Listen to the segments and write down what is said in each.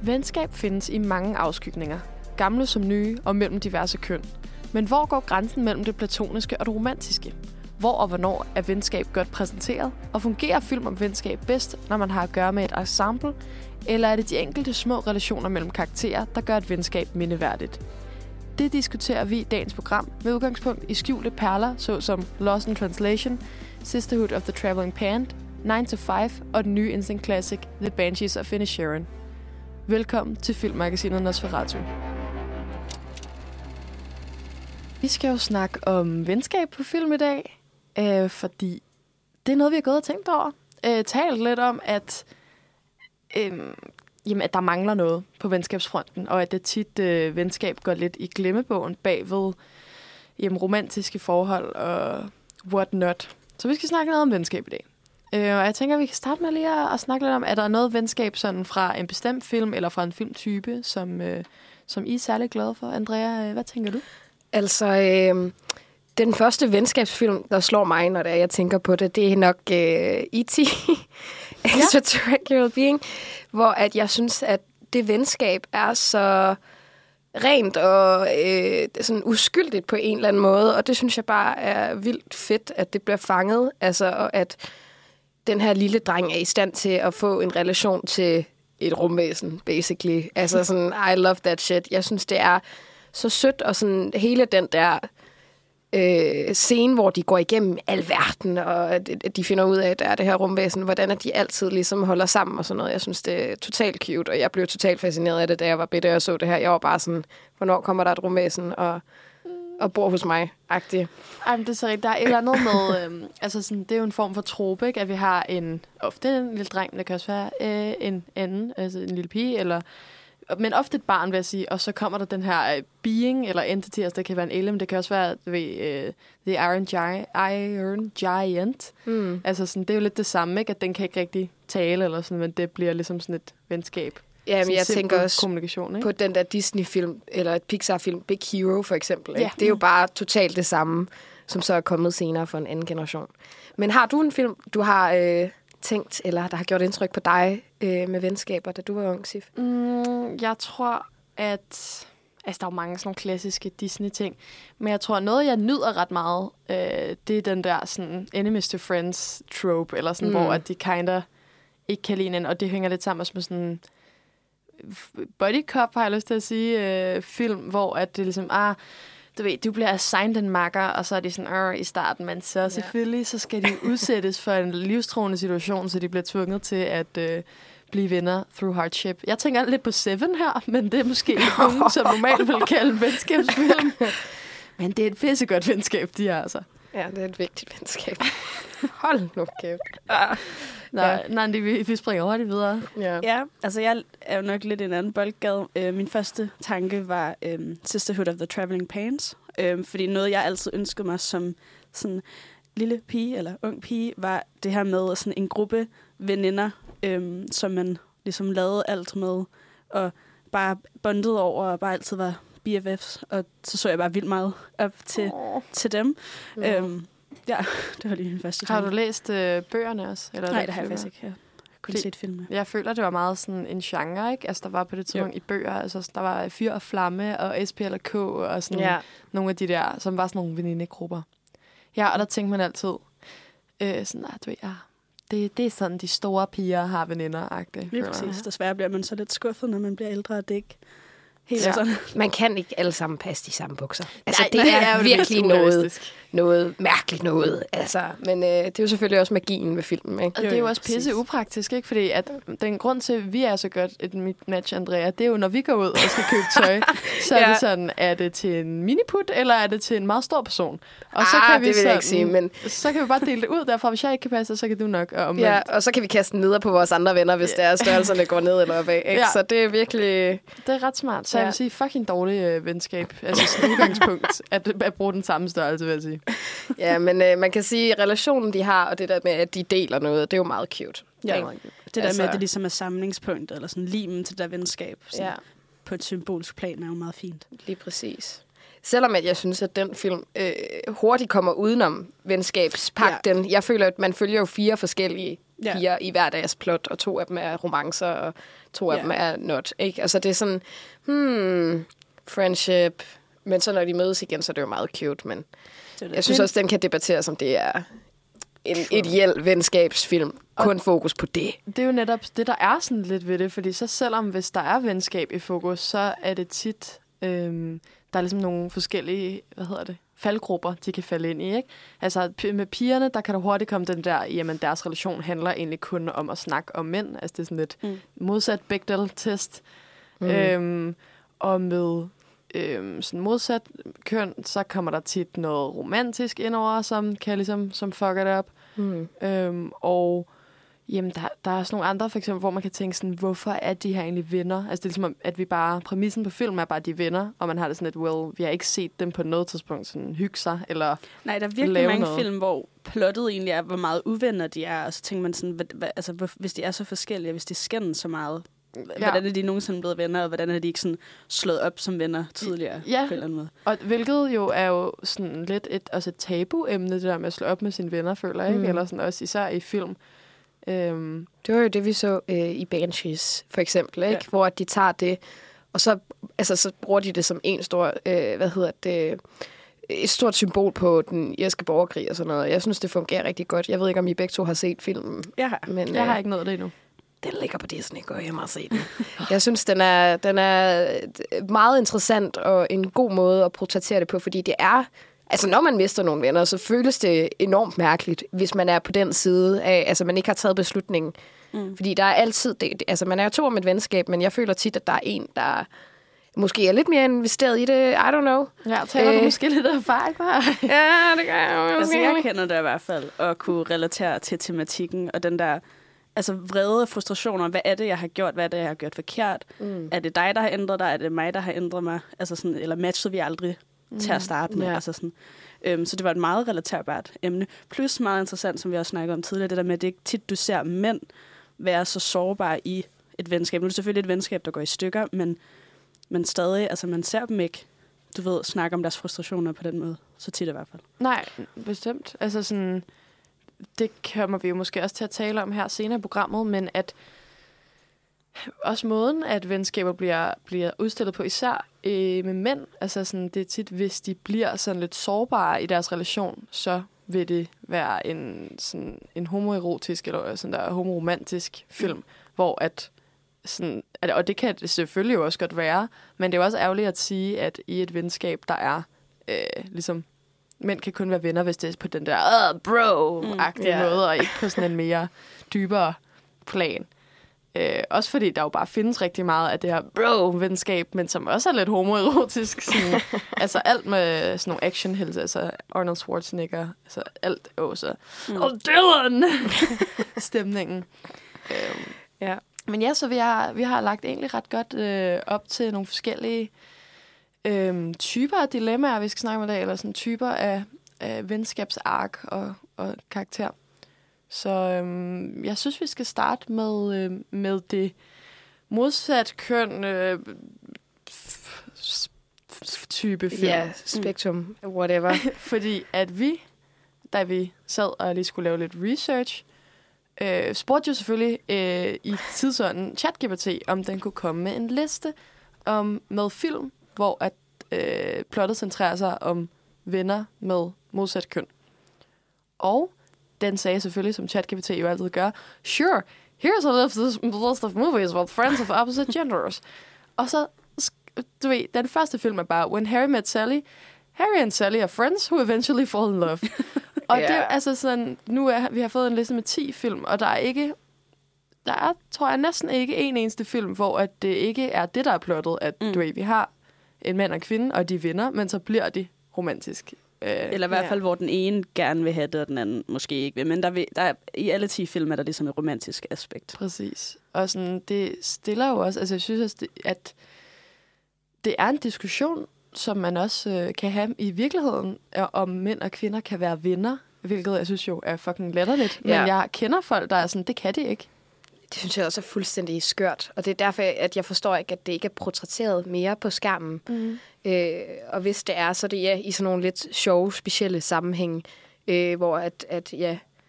Venskab findes i mange afskygninger, gamle som nye og mellem diverse køn. Men hvor går grænsen mellem det platoniske og det romantiske? Hvor og hvornår er venskab godt præsenteret? Og fungerer film om venskab bedst, når man har at gøre med et ensemble? Eller er det de enkelte små relationer mellem karakterer, der gør et venskab mindeværdigt? Det diskuterer vi i dagens program med udgangspunkt i skjulte perler, såsom Lost in Translation, Sisterhood of the Traveling Pant, 9 to 5 og den nye instant classic The Banshees of Inisherin. Velkommen til Filmmagasinet Nosferatu. Vi skal jo snakke om venskab på film i dag, fordi det er noget, vi har gået og tænkt over. Talt lidt om, at der mangler noget på venskabsfronten, og at det tit venskab går lidt i glemmebogen bagved romantiske forhold og what not. Så vi skal snakke noget om venskab i dag. Og jeg tænker, at vi kan starte med lige at snakke lidt om, er der noget venskab sådan fra en bestemt film eller fra en filmtype, som I er særlig glade for? Andrea, hvad tænker du? Altså, den første venskabsfilm, der slår mig, når jeg tænker på det, det er nok E.T. Extraterrestrial Being, hvor at jeg synes, at det venskab er så rent og sådan uskyldigt på en eller anden måde, og det synes jeg bare er vildt fedt, at det bliver fanget, altså, og at den her lille dreng er i stand til at få en relation til et rumvæsen, basically. Altså sådan, I love that shit. Jeg synes, det er så sødt, og sådan hele den der scene, hvor de går igennem alverden, og de finder ud af, at der er det her rumvæsen, hvordan at de altid ligesom holder sammen og sådan noget. Jeg synes, det er totalt cute, og jeg blev totalt fascineret af det, da jeg var bitte og så det her. Jeg var bare sådan, hvornår kommer der et rumvæsen og bor hos mig-agtigt. Ej, men det er så rigtigt. Der er et eller andet med, altså sådan, det er jo en form for trope, ikke? At vi har ofte en lille dreng, men det kan også være en anden, altså en lille pige, men ofte et barn, vil jeg sige, og så kommer der den her being, eller entity, altså det kan være en alien, det kan også være The Iron Giant. Mm. Altså sådan, det er jo lidt det samme, ikke? At den kan ikke rigtig tale, eller sådan, men det bliver ligesom sådan et venskab. Ja, men jeg tænker også kommunikation, ikke? På den der Disney-film, eller et Pixar-film, Big Hero for eksempel. Ikke? Ja. Det er jo bare totalt det samme, som så er kommet senere for en anden generation. Men har du en film, du har tænkt, eller der har gjort indtryk på dig med venskaber, da du var ung, Sif? Jeg tror, at altså, der er jo mange sådan nogle klassiske Disney-ting, men jeg tror, noget, jeg nyder ret meget, det er den der sådan enemies to friends trope, eller sådan, hvor at de kinda ikke kan lide hinanden, og det hænger lidt sammen med sådan body cop, har jeg lyst til at sige, film, hvor at det ligesom, du ved, du bliver assigned en makker, og så er de sådan, i starten, men så selvfølgelig, så skal de udsættes for en livstruende situation, så de bliver tvunget til at blive venner through hardship. Jeg tænker lidt på Seven her, men det er måske nogen, som normalt vil kalde en venskabsfilm. Men det er et pissegodt venskab, de er altså. Ja, det er et vigtigt venskab. Hold nu kæft. Nej, vi springer hurtigt videre. Ja, altså jeg er jo nok lidt en anden boldgade. Min første tanke var Sisterhood of the Traveling Pants. Fordi noget, jeg altid ønskede mig som sådan lille pige eller ung pige, var det her med sådan en gruppe veninder, som man ligesom lavede alt med, og bare bondede over, og bare altid var BFFs, og så jeg bare vildt meget op til dem. Ja, det var lige min første tanke. Har du læst bøgerne også? Eller nej, det har jeg faktisk ikke. Jeg har kun set filmene. Jeg føler, det var meget sådan en genre, ikke? Altså, der var på det tidspunkt i bøger, altså der var Fyr og Flamme, og SPLK, og sådan nogle af de der, som var sådan nogle venindegrupper. Ja, og der tænkte man altid, sådan, du ved, det er sådan, de store piger har veninder-agtigt. Lige præcis. Desværre bliver man så lidt skuffet, når man bliver ældre, og det ikke helt sådan. Man kan ikke alle sammen passe de samme bukser. Altså, nej, det er virkelig noget mærkeligt noget. Altså, men det er jo selvfølgelig også magien ved filmen, ikke? Og det er jo også pisse upraktisk, ikke? Fordi at den grund til, at vi er så godt et match, Andrea, det er jo, når vi går ud og skal købe tøj, så er det sådan, er det til en miniput, eller er det til en meget stor person? Og så kan vi det vil jeg ikke sige, men så kan vi bare dele det ud derfra. Hvis jeg ikke kan passe, så kan du nok. Og så kan vi kaste den ned på vores andre venner, hvis der er størrelserne går ned eller opad. Ikke? Så det er virkelig... Det er ret smart. Så jeg vil sige, fucking dårlig venskab. Altså sådan udgangspunkt, at bruge den samme størrelse, vil jeg sige. Ja, men man kan sige, at relationen, de har, og det der med, at de deler noget, det er jo meget cute. Ja, det der med, at det ligesom er samlingspunkt, eller sådan limen til der venskab, på et symbolsk plan, er jo meget fint. Lige præcis. Selvom at jeg synes, at den film hurtigt kommer udenom venskabspagten. Ja. Jeg føler, at man følger jo 4 forskellige piger i hver deres plot, og 2 af dem er romancer, og 2 af dem er not. Ikke? Altså det er sådan, friendship, men så når de mødes igen, så er det jo meget cute, men jeg synes også, den kan debatteres, om det er en ideel venskabsfilm. Kun fokus på det. Det er jo netop det, der er sådan lidt ved det, fordi så selvom hvis der er venskab i fokus, så er det tit, der er ligesom nogle forskellige, faldgrupper, de kan falde ind i, ikke? Altså med pigerne, der kan der hurtigt komme den der, jamen deres relation handler egentlig kun om at snakke om mænd. Altså det er sådan lidt modsat Bechdel-test. Og med sådan modsat køn, så kommer der tit noget romantisk indover, som kan ligesom, som fucker det op. Og jamen, der er sådan nogle andre, for eksempel, hvor man kan tænke sådan, hvorfor er de her egentlig venner? Altså det er ligesom, at vi bare, præmissen på film er bare, at de er venner, og man har det sådan lidt, vi har ikke set dem på noget tidspunkt sådan hygge sig, eller nej, der er virkelig mange film, hvor plottet egentlig er, hvor meget uvenner de er, og så tænker man sådan, hvis de er så forskellige, hvis de skændes så meget, hvordan er de nogensinde blevet venner, og hvordan er de ikke sådan slået op som venner tidligere på en eller anden måde. Og hvilket jo er jo sådan lidt et tabu-emne, det der med at slå op med sine venner, føler jeg, ikke? Eller sådan også især i film. Det var jo det, vi så i Banshees, for eksempel, ikke? Ja. Hvor de tager det, og så bruger de det som en stor, et stort symbol på den irske borgerkrig og sådan noget. Jeg synes, det fungerer rigtig godt. Jeg ved ikke, om I begge to har set filmen. Men jeg har ikke nået det endnu. Den ligger på Disney, går hjem og se den. Jeg synes, den er meget interessant og en god måde at portrættere det på, fordi det er, altså når man mister nogle venner, så føles det enormt mærkeligt, hvis man er på den side af, altså man ikke har taget beslutningen. Fordi der er altid, altså man er jo 2 om et venskab, men jeg føler tit, at der er en, der måske er lidt mere investeret i det, I don't know. Ja, taler du måske lidt erfaring bare? Ja, det gør jeg jo. Altså jeg kender det i hvert fald, og kunne relatere til tematikken, og den der altså vrede, frustrationer. Hvad er det, jeg har gjort? Hvad er det, jeg har gjort forkert? Er det dig, der har ændret dig? Er det mig, der har ændret mig? Altså sådan, eller matchede vi aldrig til at starte med? Altså sådan. Så det var et meget relaterbart emne. Plus meget interessant, som vi også snakkede om tidligere, det der med, at det ikke tit, du ser mænd være så sårbare i et venskab. Nu er det selvfølgelig et venskab, der går i stykker, men stadig, altså man ser dem ikke, du ved, snakke om deres frustrationer på den måde. Så tit i hvert fald. Nej, bestemt. Altså sådan, det kommer vi jo måske også til at tale om her senere i programmet, men at også måden, at venskaber bliver udstillet på, især med mænd, altså sådan, det er tit, hvis de bliver sådan lidt sårbare i deres relation, så vil det være en homoerotisk eller sådan der homoromantisk film, hvor at sådan, og det kan det selvfølgelig jo også godt være, men det er jo også ærgerligt at sige, at i et venskab, der er ligesom, mænd kan kun være venner, hvis det er på den der bro-agtige måde, og ikke på sådan en mere dybere plan. Også fordi der jo bare findes rigtig meget af det her bro-venskab, men som også er lidt homoerotisk. Sådan, altså alt med sådan nogle actionhelte, altså Arnold Schwarzenegger, altså alt også. Og Dylan! Stemningen. Ja. Men ja, så vi har lagt egentlig ret godt op til nogle forskellige typer af dilemmaer, vi skal snakke om i dag, eller sådan typer af venskabsark og karakter. Så jeg synes, vi skal starte med det modsat køn type film. Ja, spektrum, whatever. Fordi at vi, da vi sad og lige skulle lave lidt research, spurgte jo selvfølgelig i tidsånden ChatGPT, om den kunne komme med en liste med film, hvor at plottet centrerer sig om venner med modsat køn. Og den sagde selvfølgelig, som ChatGPT jo altid gør, sure, here's a list of movies with friends of opposite genders. Og så, du ved, den første film er bare When Harry Met Sally. Harry and Sally are friends who eventually fall in love. Og det er altså sådan, vi har fået en liste med 10 film, og der er, tror jeg, næsten ikke en eneste film, hvor at det ikke er det, der er plottet, at du ved, vi har en mand og en kvinde, og de vinder, men så bliver de romantisk. Eller i hvert fald, hvor den ene gerne vil have det, og den anden måske ikke vil. Men der i alle 10 film er der ligesom et romantisk aspekt. Præcis. Og sådan, det stiller jo også, altså jeg synes også, at det er en diskussion, som man også kan have i virkeligheden, om mænd og kvinder kan være venner, hvilket jeg synes jo er fucking latterligt. Men jeg kender folk, der er sådan, det kan de ikke. Det synes jeg også er fuldstændig skørt, og det er derfor, at jeg forstår ikke, at det ikke er portrætteret mere på skærmen. Og hvis det er, så er det i sådan nogle lidt sjove, specielle sammenhæng, hvor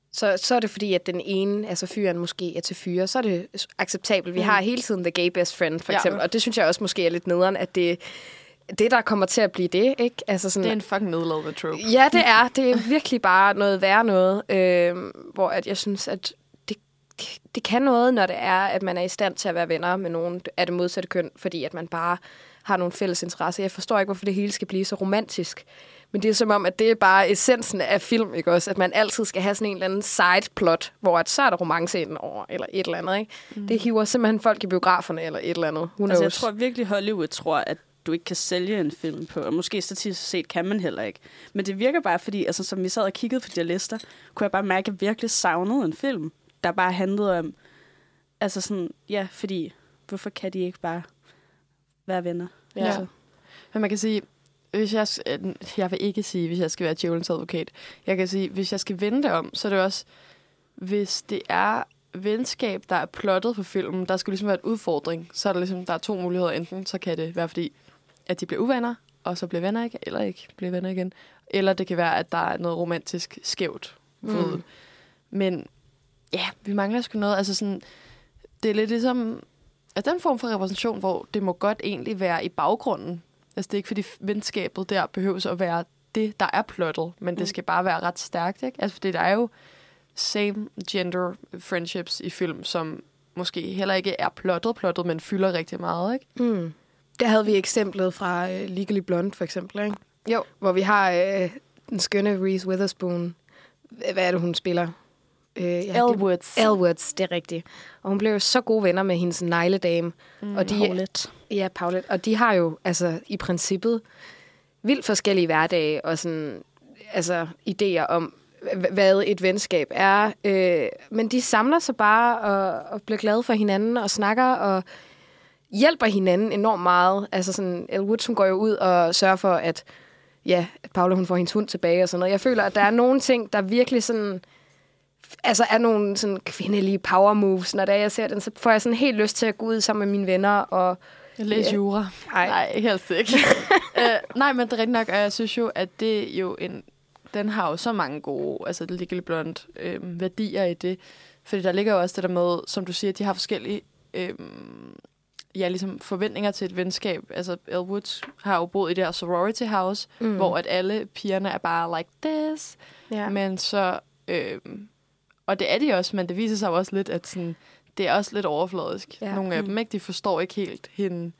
så er det fordi, at den ene, altså fyren måske er til fyre, så er det acceptabelt. Vi har hele tiden the gay best friend, for eksempel, og det synes jeg også måske er lidt nederen, at det der kommer til at blive det, ikke? Altså sådan, det er en fucking nedladende trope. Ja, det er. Det er virkelig bare noget værre noget, hvor at jeg synes, at det kan noget, når det er, at man er i stand til at være venner med nogen af det modsatte køn, fordi at man bare har nogle fælles interesser. Jeg forstår ikke, hvorfor det hele skal blive så romantisk. Men det er som om, at det er bare essensen af film, ikke også? At man altid skal have sådan en eller anden sideplot, hvor at så er der romance ind over, eller et eller andet, ikke? Det hiver simpelthen folk i biograferne, eller et eller andet. Altså, jeg tror virkelig, Hollywood tror, at du ikke kan sælge en film på, og måske statistisk set kan man heller ikke. Men det virker bare, fordi, altså, som vi sad og kiggede på de lister, kunne jeg bare mærke, at jeg virkelig savnede en film, der bare handlede om, altså sådan, ja, fordi, hvorfor kan de ikke bare være venner? Ja. Altså. Men man kan sige, jeg vil ikke sige, hvis jeg skal være djævelens advokat. Jeg kan sige, hvis jeg skal vende det om, så er det også, hvis det er venskab, der er plottet på filmen, der skal ligesom være en udfordring, så er der ligesom, der er 2 muligheder. Enten så kan det være fordi, at de bliver uvenner, og så bliver venner ikke, eller ikke bliver venner igen. Eller det kan være, at der er noget romantisk skævt. Men ja, vi mangler sgu noget. Altså sådan, det er lidt ligesom, altså den form for repræsentation, hvor det må godt egentlig være i baggrunden. Altså det er ikke fordi venskabet der behøves at være det, der er plottet, men det skal bare være ret stærkt, ikke? Altså fordi der er jo same gender friendships i film, som måske heller ikke er plottet, men fylder rigtig meget, ikke? Der havde vi eksemplet fra Legally Blonde, for eksempel, ikke? Jo. Hvor vi har den skønne Reese Witherspoon. Hvad er det, hun spiller? Elle Woods. Elle Woods, det er rigtigt. Og hun blev jo så gode venner med hendes negledame. Og Paulette. Ja, Paulette. Og de har jo altså i princippet vildt forskellige hverdage og sådan, altså idéer om, hvad et venskab er. Men de samler sig bare og bliver glade for hinanden og snakker og hjælper hinanden enormt meget. Altså sådan, Elle Woods, hun går jo ud og sørger for, at Paula, hun får hendes hund tilbage og sådan noget. Jeg føler, at der er nogle ting, der virkelig sådan, altså er nogle sådan kvindelige power moves. Når jeg ser den, så får jeg sådan helt lyst til at gå ud sammen med mine venner og jeg læser jura. Nej, helt ikke. Nej, men det er rigtig nok, og jeg synes jo, at det er jo den har jo så mange gode, altså Legally Blonde, værdier i det. Fordi der ligger jo også det der med, som du siger, at de har forskellige ligesom forventninger til et venskab. Altså Elle Woods har jo boet i det her sorority house, hvor at alle pigerne er bare like this. Yeah. Men så, og det er de også, men det viser sig jo også lidt, at sådan, det er også lidt overfladisk. Yeah. Nogle af dem, ikke? De forstår ikke helt hende.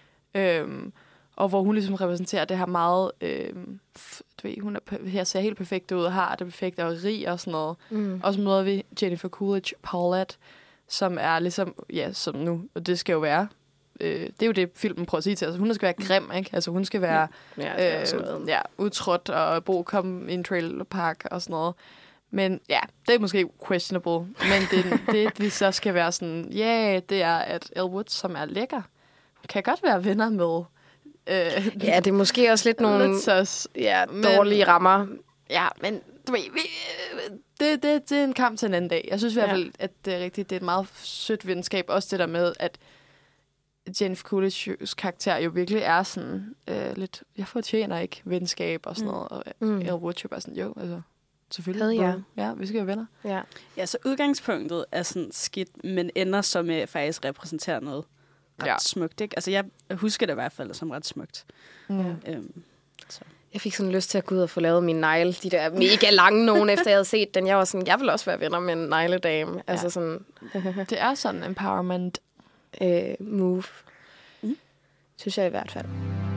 Og hvor hun ligesom repræsenterer det her meget, du ved, hun her ser helt perfekt ud, og har det perfekt, og er rig og sådan noget. Og så møder vi Jennifer Coolidge, Paulette, som er ligesom, som nu, og det skal jo være, det er jo det, filmen prøver at sige til os. Hun skal være grim, ikke? Altså hun skal være udtrådt og komme i en trailerpark og sådan noget. Men ja, det er måske questionable. Men det så skal være sådan, det er, at Elle Woods, som er lækker, kan godt være venner med. Ja, det er måske også lidt nogle dårlige rammer. Ja, men du ved, det er en kamp til en anden dag. Jeg synes i hvert fald, at det er rigtigt. Det er et meget sødt venskab. Også det der med, at Jennifer Coolidge's karakter jo virkelig er sådan lidt, jeg fortjener ikke venskab og sådan noget. Og Elle Woods jo bare sådan, altså selvfølgelig. Ja, vi skal være venner. Ja, så udgangspunktet er sådan skidt, men ender så med faktisk repræsenterer noget ret smukt, ikke? Altså, jeg husker det i hvert fald som ret smukt. Så. Jeg fik sådan lyst til at gå ud og få lavet min negle, de der mega lange nogen, efter jeg havde set den. Jeg var sådan, jeg vil også være venner med en negledame. Altså sådan. Det er sådan empowerment move. Synes jeg i hvert fald.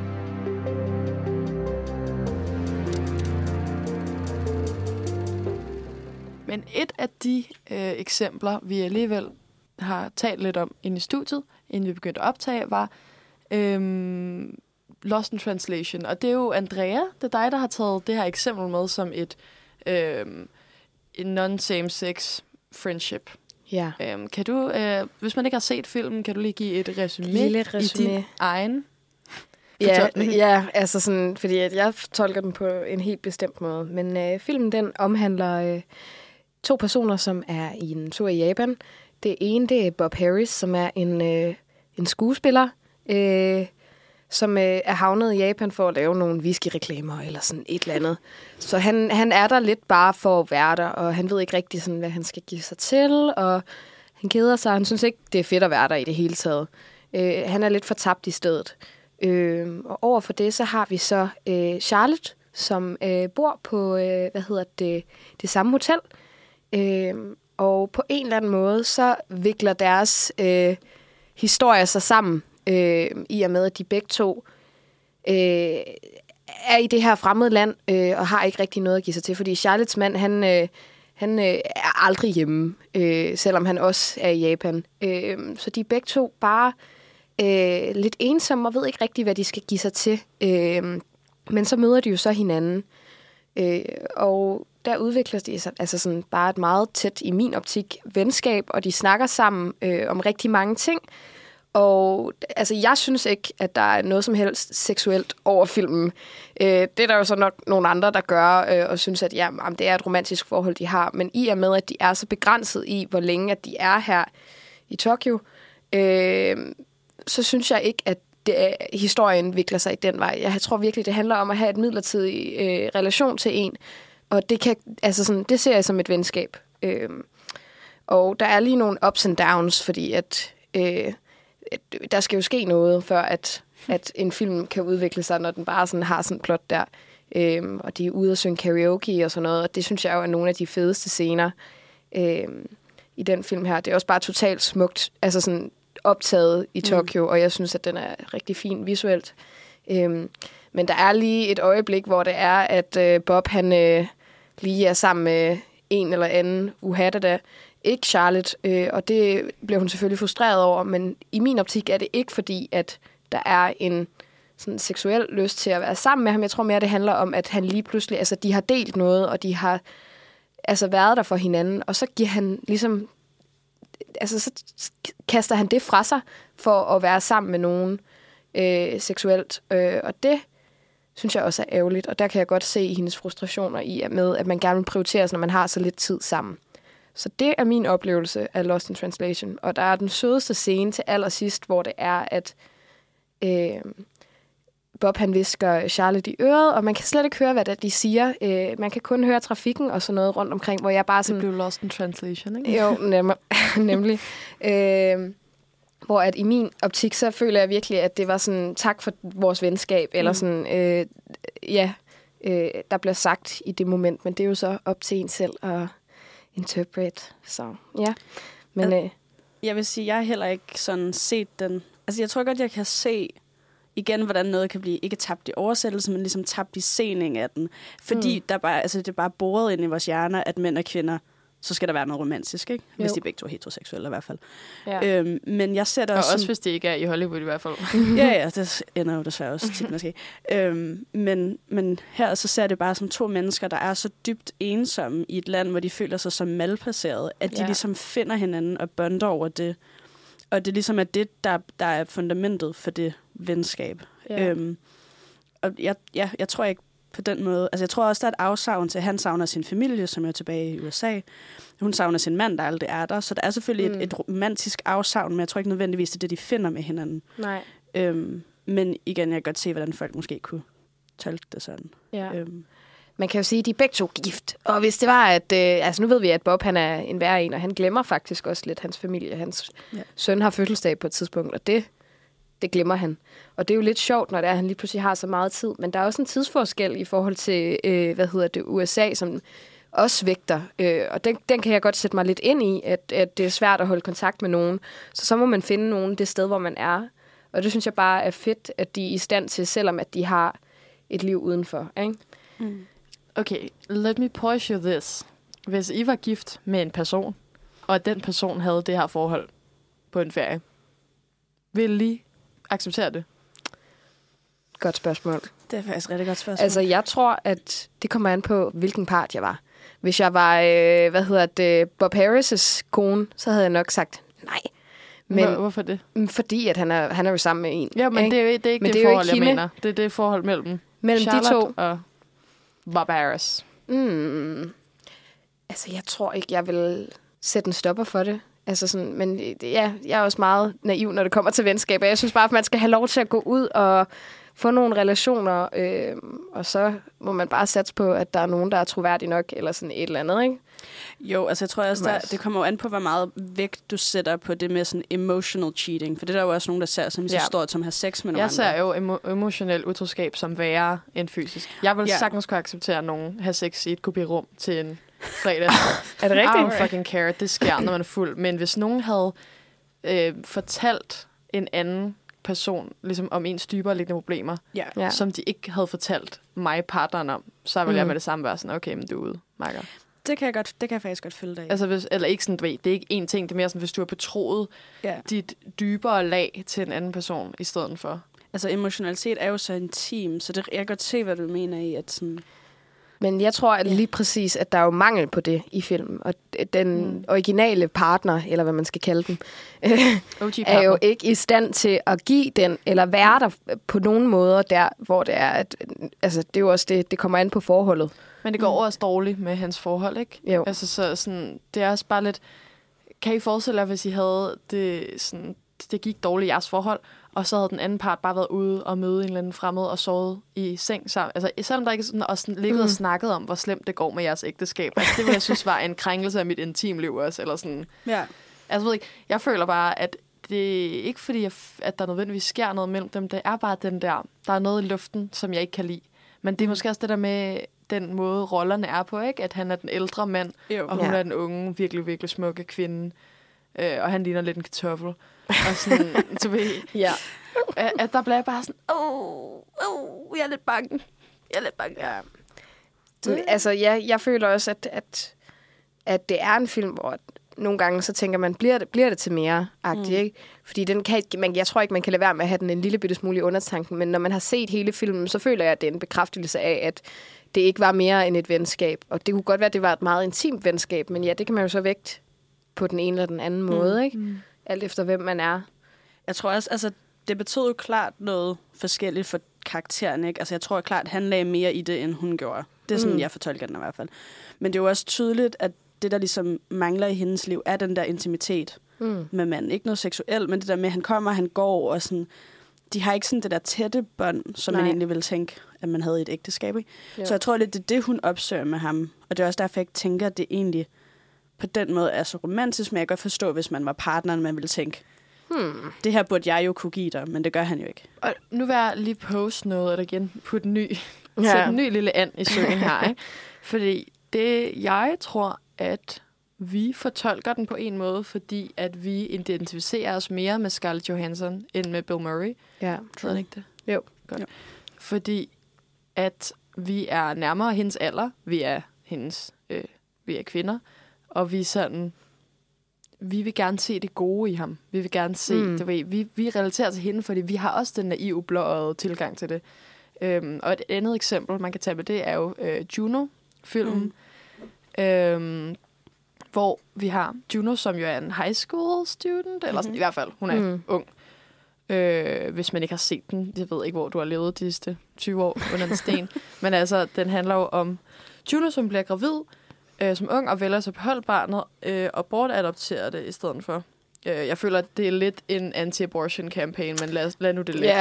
Men et af de eksempler, vi alligevel har talt lidt om inde i studiet, inden vi begyndte at optage, var Lost in Translation. Og det er jo Andrea, det er dig, der har taget det her eksempel med som et non-same-sex friendship. Ja. Kan du, hvis man ikke har set filmen, kan du lige give et resumé i din egen fortolkning? Ja, altså sådan, fordi at jeg tolker den på en helt bestemt måde. Men filmen, den omhandler 2 personer, som er i en tur i Japan. Det ene, det er Bob Harris, som er en skuespiller, som er havnet i Japan for at lave nogle whisky-reklamer eller sådan et eller andet. Så han er der lidt bare for at være der, og han ved ikke rigtig, sådan, hvad han skal give sig til, og han keder sig. Han synes ikke, det er fedt at være der i det hele taget. Han er lidt fortabt i stedet. Og over for det, så har vi så Charlotte, som bor på det samme hotel. Og på en eller anden måde, så vikler deres historier sig sammen, i og med, at de begge to er i det her fremmede land, og har ikke rigtig noget at give sig til. Fordi Charlottes mand, han er aldrig hjemme, selvom han også er i Japan. Så de er begge to bare lidt ensomme, og ved ikke rigtig, hvad de skal give sig til. Men så møder de jo så hinanden. Og der udvikler de sig altså sådan bare et meget tæt, i min optik, venskab, og de snakker sammen om rigtig mange ting. Og altså, jeg synes ikke, at der er noget som helst seksuelt over filmen. Det er der jo så nok nogle andre, der gør, og synes, at ja, det er et romantisk forhold, de har. Men i og med, at de er så begrænset i, hvor længe at de er her i Tokyo, så synes jeg ikke, at historien vikler sig i den vej. Jeg tror virkelig, det handler om at have et midlertidig relation til en. Og det kan, altså sådan, det ser jeg som et venskab. Og der er lige nogle ups and downs, fordi at der skal jo ske noget, før at en film kan udvikle sig, når den bare sådan har sådan et plot der. Og de er ude og synge karaoke og sådan noget, og det synes jeg jo er nogle af de fedeste scener i den film her. Det er også bare totalt smukt, altså sådan optaget i Tokyo, og jeg synes, at den er rigtig fin visuelt. Men der er lige et øjeblik, hvor det er, at Bob han lige er sammen med en eller anden uhadada, ikke Charlotte, og det bliver hun selvfølgelig frustreret over, men i min optik er det ikke fordi, at der er en sådan seksuel lyst til at være sammen med ham. Jeg tror mere, det handler om, at han lige pludselig, altså de har delt noget, og de har altså været der for hinanden, og så giver han ligesom, altså så kaster han det fra sig for at være sammen med nogen seksuelt, og det synes jeg også er ærgerligt, og der kan jeg godt se hendes frustrationer i med, at man gerne vil prioritere, når man har så lidt tid sammen. Så det er min oplevelse af Lost in Translation. Og der er den sødeste scene til allersidst, hvor det er, at Bob han visker Charlotte i øret, og man kan slet ikke høre, hvad det de siger. Man kan kun høre trafikken og sådan noget rundt omkring, hvor jeg bare sådan... Det blev Lost in Translation, ikke? Jo, nemlig. Hvor at i min optik, så føler jeg virkelig, at det var sådan, tak for vores venskab, eller sådan, der bliver sagt i det moment, men det er jo så op til en selv at interpret. Så ja, men... Jeg vil sige, jeg har heller ikke sådan set den... Altså, jeg tror godt, jeg kan se igen, hvordan noget kan blive ikke tabt i oversættelse, men ligesom tabt i scening af den. Fordi der bare, altså, det er bare boret ind i vores hjerner, at mænd og kvinder, så skal der være noget romantisk, ikke? Hvis de begge to er heteroseksuelle i hvert fald. Ja. Men jeg ser der også hvis det ikke er i Hollywood i hvert fald. ja, det ender jo desværre også tit måske. Men her så ser det bare som to mennesker, der er så dybt ensomme i et land, hvor de føler sig som malplaceret, at de ligesom finder hinanden og bonder over det. Og det ligesom er det, der er fundamentet for det venskab. Ja. Og jeg tror ikke på den måde. Altså jeg tror også, der er et afsavn til, han savner sin familie, som er tilbage i USA. Hun savner sin mand, der aldrig er der. Så der er selvfølgelig et romantisk afsavn, men jeg tror ikke nødvendigvis, det er det, de finder med hinanden. Nej. Men igen, jeg kan godt se, hvordan folk måske kunne tolke det sådan. Ja. Man kan jo sige, at de er begge to gift. Og hvis det var, at... altså nu ved vi, at Bob han er en værre en, og han glemmer faktisk også lidt hans familie. Hans søn har fødselsdag på et tidspunkt, og det glemmer han. Og det er jo lidt sjovt, når det er, at han lige pludselig har så meget tid. Men der er også en tidsforskel i forhold til, USA, som også vægter. Og den kan jeg godt sætte mig lidt ind i, at det er svært at holde kontakt med nogen. Så må man finde nogen det sted, hvor man er. Og det synes jeg bare er fedt, at de er i stand til, selvom at de har et liv udenfor. Ikke? Mm. Okay, let me pause you this. Hvis I var gift med en person, og den person havde det her forhold på en ferie, vil I acceptere det? Godt spørgsmål. Det er faktisk et rigtig godt spørgsmål. Altså, jeg tror, at det kommer an på, hvilken part jeg var. Hvis jeg var, Bob Harris' kone, så havde jeg nok sagt nej. Men, hvorfor det? Fordi at han er jo sammen med en. Ja, men det er ikke det forhold, jeg mener. Det er det forhold mellem Charlotte de to og Bob Harris. Altså, jeg tror ikke, jeg vil sætte en stopper for det. Altså sådan, men ja, jeg er også meget naiv, når det kommer til venskaber. Jeg synes bare, at man skal have lov til at gå ud og få nogle relationer, og så må man bare satse på, at der er nogen, der er troværdige nok, eller sådan et eller andet, ikke? Jo, altså jeg tror også, det kommer jo an på, hvor meget vægt du sætter på det med sådan emotional cheating. For det er der jo også nogen, der ser som så stort som at have sex med nogle andre. Jeg ser jo emotionel utroskab som værre end fysisk. Jeg vil sagtens kunne acceptere, at nogen har sex i et kopirum til en fredag. Er det rigtigt? I don't fucking care. Det sker, når man er fuld. Men hvis nogen havde fortalt en anden person ligesom om ens dybere liggende problemer, som de ikke havde fortalt mig, partneren om, så ville jeg med det samme være sådan, okay, men du er ude, makker. Det kan jeg faktisk godt følge dig i. Altså, eller ikke sådan, det er ikke én ting, det er mere sådan, hvis du har betroet dit dybere lag til en anden person i stedet for. Altså, emotionalitet er jo så intim, så jeg kan godt se, hvad du mener i, at sådan... Men jeg tror at lige præcis, at der er jo mangel på det i filmen. Og den originale partner, eller hvad man skal kalde dem, er jo ikke i stand til at give den, eller være der på nogen måder der, hvor det er, at altså, det er jo også det kommer an på forholdet. Men det går også dårligt med hans forhold, ikke? Jo. Altså, så sådan, det er også bare lidt... Kan I forestille jer, hvis I havde det sådan... Det gik dårligt i jeres forhold, og så havde den anden part bare været ude og møde en eller anden fremmed og sovet i seng sammen. Altså, selvom der ikke sådan, også ligget og snakket om, hvor slemt det går med jeres ægteskab. Altså, det vil jeg synes var en krænkelse af mit intimliv også. Eller sådan. Ja. Altså, ved ikke, jeg føler bare, at det er ikke fordi, at der nødvendigvis sker noget mellem dem. Det er bare den der er noget i luften, som jeg ikke kan lide. Men det er måske også det der med den måde, rollerne er på, ikke? At han er den ældre mand, og hun er den unge, virkelig, virkelig smukke kvinde. Og han ligner lidt en kartoffel. Og sådan, du ved, at der bliver bare sådan, jeg er lidt bange. Ja. Altså, jeg føler også, at det er en film, hvor nogle gange så tænker man, bliver det til mere-agtigt, ikke? Fordi jeg tror ikke, man kan lade være med at have den en lille bitte smule i undertanken, men når man har set hele filmen, så føler jeg, at det er en bekræftelse af, at det ikke var mere end et venskab. Og det kunne godt være, at det var et meget intimt venskab, men ja, det kan man jo så vægte på den ene eller den anden måde, ikke? Alt efter, hvem man er. Jeg tror også, altså, det betød jo klart noget forskelligt for karakteren, ikke? Altså, jeg tror klart, at han lagde mere i det, end hun gjorde. Det er sådan, jeg fortolker den i hvert fald. Men det er jo også tydeligt, at det, der ligesom mangler i hendes liv, er den der intimitet med manden. Ikke noget seksuelt, men det der med, at han kommer, han går, og sådan... De har ikke sådan det der tætte bånd, som man egentlig ville tænke, at man havde i et ægteskab, ikke? Så jeg tror, det er det, hun opsøger med ham. Og det er også derfor, jeg ikke tænker, at det egentlig på den måde er så romantisk, men jeg kan godt forstå, hvis man var partneren, man ville tænke, det her burde jeg jo kunne give dig, men det gør han jo ikke. Og nu vil jeg lige poste noget, eller igen putte sætte en ny lille and i søen her, ikke? Fordi jeg tror, at vi fortolker den på en måde, fordi at vi identificerer os mere med Scarlett Johansson, end med Bill Murray. Ja. Tror du ikke det? Jo. Godt. Jo. Fordi at vi er nærmere hendes alder, vi er kvinder, og vi vil gerne se det gode i ham. Vi vil gerne se, vi relaterer til hende, fordi vi har også den naive, blåøjede tilgang til det. Og et andet eksempel, man kan tage med det, er jo Juno-filmen, hvor vi har Juno, som jo er en high school student, eller sådan, i hvert fald, hun er ung. Hvis man ikke har set den, jeg ved ikke, hvor du har levet de sidste 20 år under en sten. Men altså, den handler jo om Juno, som bliver gravid, som ung og vælger sig på holdbarnet og bortadopterer det i stedet for. Jeg føler, at det er lidt en anti-abortion campaign, men lad nu det ligge.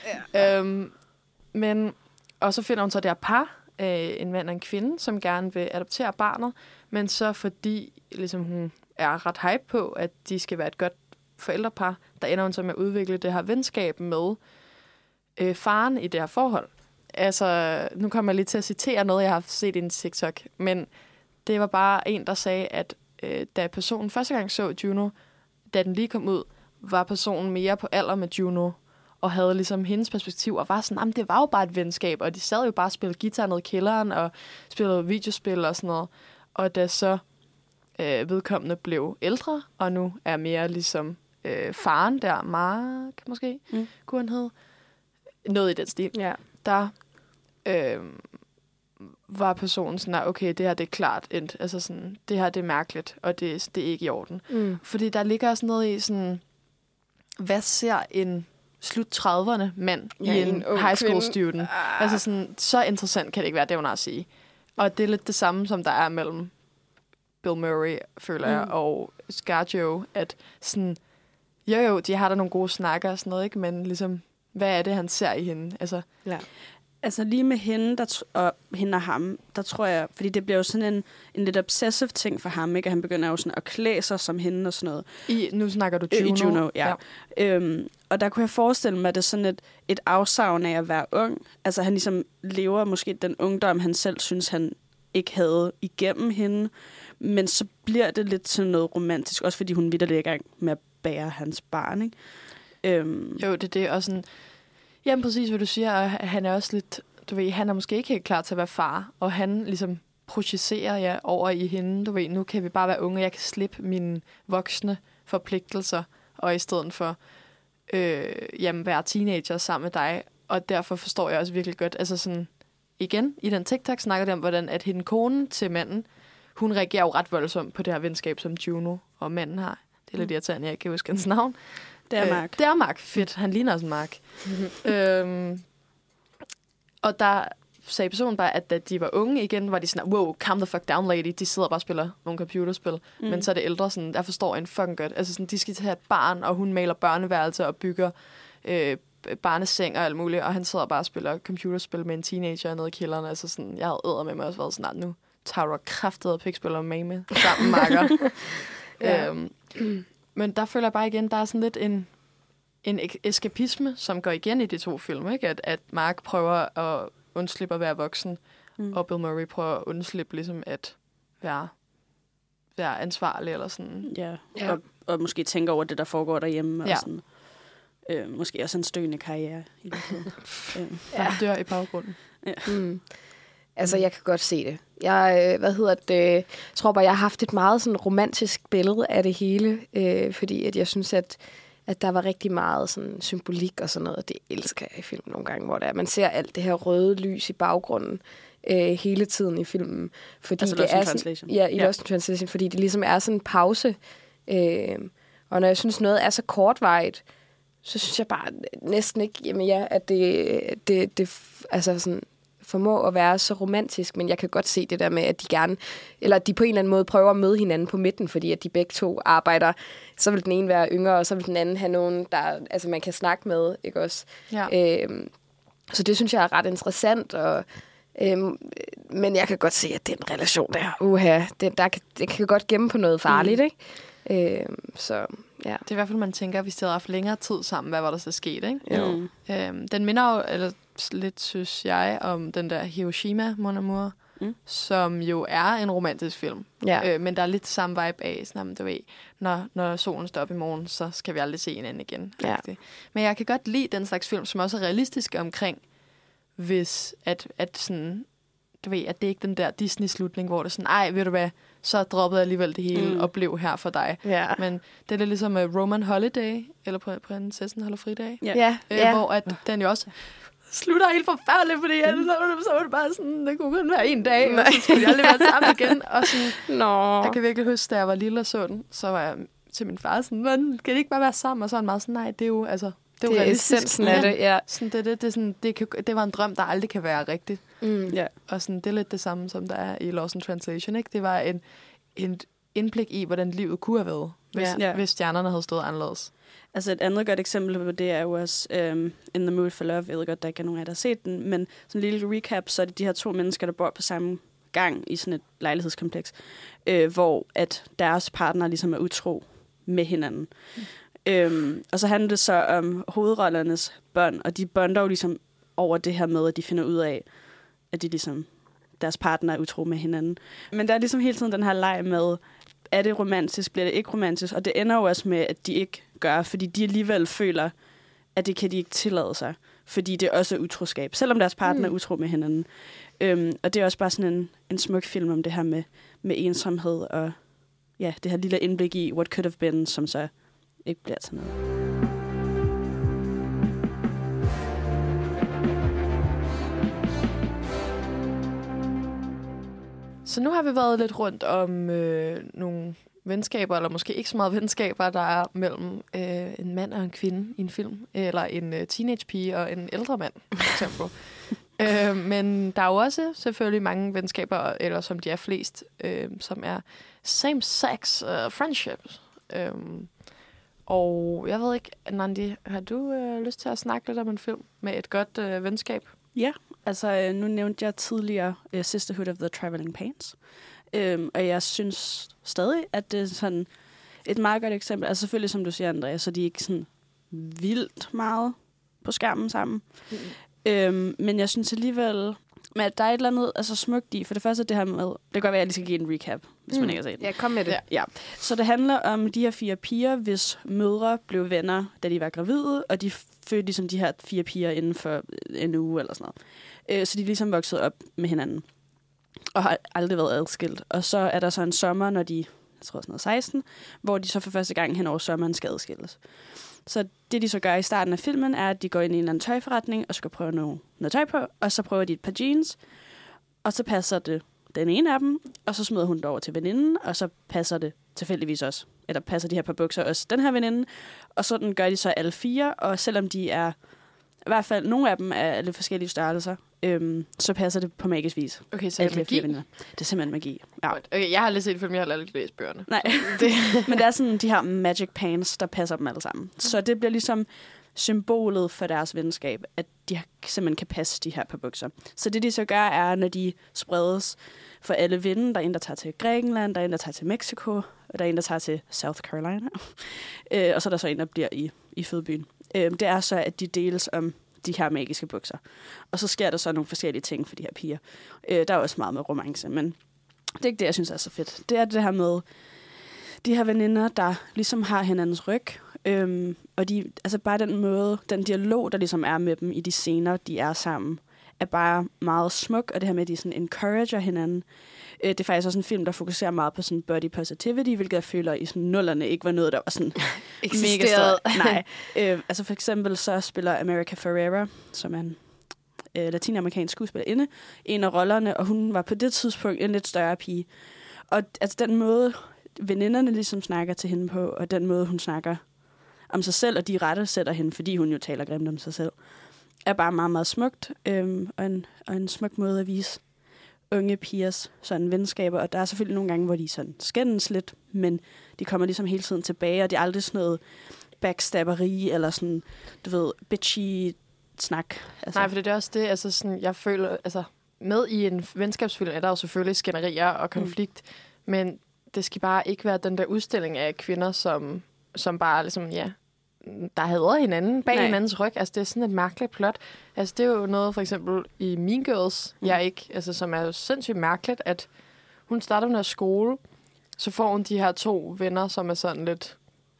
Og så finder hun så der par, en mand og en kvinde, som gerne vil adoptere barnet, men så fordi ligesom, hun er ret hype på, at de skal være et godt forældrepar, der ender hun så med at udvikle det her venskab med faren i det her forhold. Altså, nu kommer jeg lige til at citere noget, jeg har set i en TikTok, men det var bare en, der sagde, at da personen første gang så Juno, da den lige kom ud, var personen mere på alder med Juno, og havde ligesom hendes perspektiv, og var sådan, det var jo bare et venskab, og de sad jo bare og spillede guitar nede i kælderen, og spillede videospil og sådan noget. Og da så vedkommende blev ældre, og nu er mere ligesom faren der, Mark måske, kunne han hedde, noget i den stil, der var personen sådan, okay, det her det er klart, altså sådan, det her det er mærkeligt, og det er ikke i orden. Fordi der ligger også noget i sådan, hvad ser en slut 30'erne mand i en high school student? Altså sådan, så interessant kan det ikke være, det hun har at sige. Og det er lidt det samme, som der er mellem Bill Murray, føler jeg, og ScarJo, at sådan, jo, de har der nogle gode snakker og sådan noget, ikke? Men ligesom, hvad er det, han ser i hende? Altså, Altså lige med hende, og hende og ham, der tror jeg, fordi det bliver jo sådan en lidt obsessive ting for ham, ikke? At han begynder jo sådan at klæde sig som hende og sådan noget. nu snakker du Juno. I Juno, ja. Og der kunne jeg forestille mig, at det er sådan et afsavn af at være ung. Altså han ligesom lever måske den ungdom, han selv synes, han ikke havde igennem hende. Men så bliver det lidt sådan noget romantisk, også fordi hun vitterlig er i gang med at bære hans barn, ikke? Jo, det er det. Og sådan, jamen præcis, hvad du siger, og han er også lidt, du ved, han er måske ikke helt klar til at være far, og han ligesom projicerer over i hende, du ved, nu kan vi bare være unge, og jeg kan slippe mine voksne forpligtelser, og i stedet for være teenager sammen med dig, og derfor forstår jeg også virkelig godt, altså sådan, igen, i den TikTok snakker de om, hvordan at hende kone til manden, hun reagerer jo ret voldsomt på det her venskab, som Juno og manden har. Det er lidt irriterende, jeg kan huske hans navn. Det er Mark. Det er Mark. Fedt. Han ligner også Mark. Og der sagde personen bare, at da de var unge igen, var de sådan, wow, calm the fuck down, lady. De sidder bare og spiller nogle computerspil. Men så er det ældre, sådan, der forstår en fucking godt. Altså sådan, de skal til at have et barn, og hun maler børneværelser og bygger barneseng og alt muligt. Og han sidder bare og spiller computerspil med en teenager nede i kælderen. Altså sådan, jeg havde æder med mig også været sådan, nu tager du kraftedet og pikspiller med med sammen, Marker. Men der føler jeg bare igen, der er sådan lidt en eskapisme, som går igen i de to film, ikke? At Mark prøver at undslippe at være voksen, og Bill Murray prøver at undslippe ligesom at være ansvarlig eller sådan. Ja. Og måske tænke over det, der foregår derhjemme. Og sådan. Måske også en støgende karriere i virkeligheden. Der dør i baggrunden. Ja. Altså, jeg kan godt se det. Jeg tror bare, jeg har haft et meget sådan romantisk billede af det hele, fordi at jeg synes, at der var rigtig meget sådan symbolik og sådan noget, og det elsker jeg i film nogle gange, hvor man ser alt det her røde lys i baggrunden hele tiden i filmen. Fordi altså det Lost in Translation. Ja, i Lost in Translation, fordi det ligesom er sådan en pause. Og når jeg synes, noget er så kortvarigt, så synes jeg bare næsten ikke, at det altså sådan formår at være så romantisk, men jeg kan godt se det der med, at de på en eller anden måde prøver at møde hinanden på midten, fordi at de begge to arbejder. Så vil den ene være yngre, og så vil den anden have nogen, der man kan snakke med, ikke også? Ja. Så det synes jeg er ret interessant, og men jeg kan godt se, at den relation der, det kan godt gemme på noget farligt, ikke? Så ja. Det er i hvert fald, man tænker, at hvis de havde haft længere tid sammen, hvad var der så sket, ikke? Den minder jo lidt, synes jeg, om den der Hiroshima, Mon Amour, som jo er en romantisk film. Ja. Men der er lidt samme vibe af, sådan, du ved, når solen står op i morgen, så skal vi aldrig se hinanden igen. Ja. Men jeg kan godt lide den slags film, som også er realistiske omkring, hvis at sådan, du ved, at det ikke er den der Disney-slutning, hvor det er sådan, ej, ved du hvad, så droppede jeg alligevel det hele og blev her for dig. Ja. Men det er lidt ligesom Roman Holiday, eller Prinsessen holder fridag, hvor at den jo også slutter helt forfærdeligt, fordi så var det bare sådan, det kunne kun være en dag, og så skulle jeg aldrig være sammen igen. Og sådan, jeg kan virkelig huske, da jeg var lille og så den, så var jeg til min far sådan, men kan de ikke bare være sammen? Og så var han meget sådan, nej, det er jo, altså, det er essensen af det, ja. Sådan, det var en drøm, der aldrig kan være rigtigt. Ja. Og sådan, det er lidt det samme, som der er i Lost in Translation, ikke? Det var en indblik i, hvordan livet kunne have været, hvis stjernerne havde stået anderledes. Altså et andet godt eksempel på det er jo også In the Mood for Love. Jeg ved godt, der ikke er nogen af jer, der har set den, men sådan en lille recap, så er det de her to mennesker, der bor på samme gang i sådan et lejlighedskompleks, hvor at deres partner ligesom er utro med hinanden. Og så handler det så om hovedrollernes børn, og de bonder jo ligesom over det her med, at de finder ud af, at de ligesom, deres partner er utro med hinanden. Men der er ligesom hele tiden den her leg med, er det romantisk, bliver det ikke romantisk? Og det ender jo også med, at de ikke gør, fordi de alligevel føler, at det kan de ikke tillade sig, fordi det også er utroskab, selvom deres partner er utro med hinanden. Og det er også bare sådan en smuk film om det her med ensomhed, og ja, det her lille indblik i what could have been, som så ikke bliver til noget. Så nu har vi været lidt rundt om nogle venskaber, eller måske ikke så meget venskaber, der er mellem en mand og en kvinde i en film, eller en teenagepige og en ældre mand, for eksempel. Men der er jo også selvfølgelig mange venskaber, eller som de er flest, som er same-sex friendships. Og jeg ved ikke, Nandi, har du lyst til at snakke lidt om en film med et godt venskab? Ja, altså nu nævnte jeg tidligere Sisterhood of the Traveling Pants. Og jeg synes stadig, at det er sådan et meget godt eksempel. Altså selvfølgelig, som du siger, Andrea, så de er ikke sådan vildt meget på skærmen sammen. Men jeg synes alligevel, at der er et eller andet altså smukt i. For det første det her med, det kan godt være, at jeg lige skal give en recap, hvis man ikke har set den. Ja, kom med det. Ja. Så det handler om de her 4 piger, hvis mødre blev venner, da de var gravide, og de fødte ligesom de her 4 piger inden for en uge eller sådan noget. Så de ligesom voksede op med hinanden, og har aldrig været adskilt. Og så er der så en sommer, når de, jeg tror sådan noget 16, hvor de så for første gang hen over sommeren skal adskilles. Så det, de så gør i starten af filmen, er, at de går ind i en eller anden tøjforretning og skal prøve noget tøj på, og så prøver de et par jeans, og så passer det den ene af dem, og så smider hun det over til veninden, og så passer det tilfældigvis også, eller passer de her par bukser også den her veninde, og sådan gør de så alle 4, og selvom de er, i hvert fald nogle af dem er lidt forskellige størrelser, så passer det på magisk vis. Okay, så er det magi? Det er simpelthen magi. Ja. Okay, jeg har lige set film, jeg har aldrig læst bøgerne. Nej, men det er sådan de her magic pants, der passer dem alle sammen. Så det bliver ligesom symbolet for deres venskab, at de simpelthen kan passe de her par bukser. Så det, de så gør, er, når de spredes for alle vinde, der er en, der tager til Grækenland, der er en, der tager til Mexico, og der er en, der tager til South Carolina. Og så er der så en, der bliver i fødebyen. Det er så, at de deles om de her magiske bukser. Og så sker der så nogle forskellige ting for de her piger. Der er også meget med romance, men det er ikke det, jeg synes er så fedt. Det er det her med de her veninder, der ligesom har hinandens ryg. Og de, altså bare den måde, den dialog, der ligesom er med dem i de scener, de er sammen, er bare meget smuk. Og det her med, at de sådan encourager hinanden. Det er faktisk også en film, der fokuserer meget på sådan body positivity, hvilket jeg føler i sådan nullerne ikke var noget, der var sådan mega stort. Nej. Altså for eksempel så spiller America Ferrera, som er en latinamerikansk skuespillerinde, en af rollerne, og hun var på det tidspunkt en lidt større pige. Og altså den måde, veninderne ligesom snakker til hende på, og den måde, hun snakker om sig selv, og de rette sætter hende, fordi hun jo taler grimt om sig selv, er bare meget, meget smukt, og en smuk måde at vise unge pigers sådan venskaber, og der er selvfølgelig nogle gange, hvor de sådan skændes lidt, men de kommer ligesom hele tiden tilbage, og det er aldrig sådan noget backstabberi, eller sådan, du ved, bitchy snak. Altså. Nej, for det er også det, altså sådan, jeg føler, altså med i en venskabsfilm er der jo selvfølgelig skænderier og konflikt, men det skal bare ikke være den der udstilling af kvinder, som bare ligesom, ja, der hader hinanden bag hinandens ryg. Altså, det er sådan et mærkeligt plot. Altså, det er jo noget, for eksempel i Mean Girls, som er jo sindssygt mærkeligt, at hun starter med skole, så får hun de her 2 venner, som er sådan lidt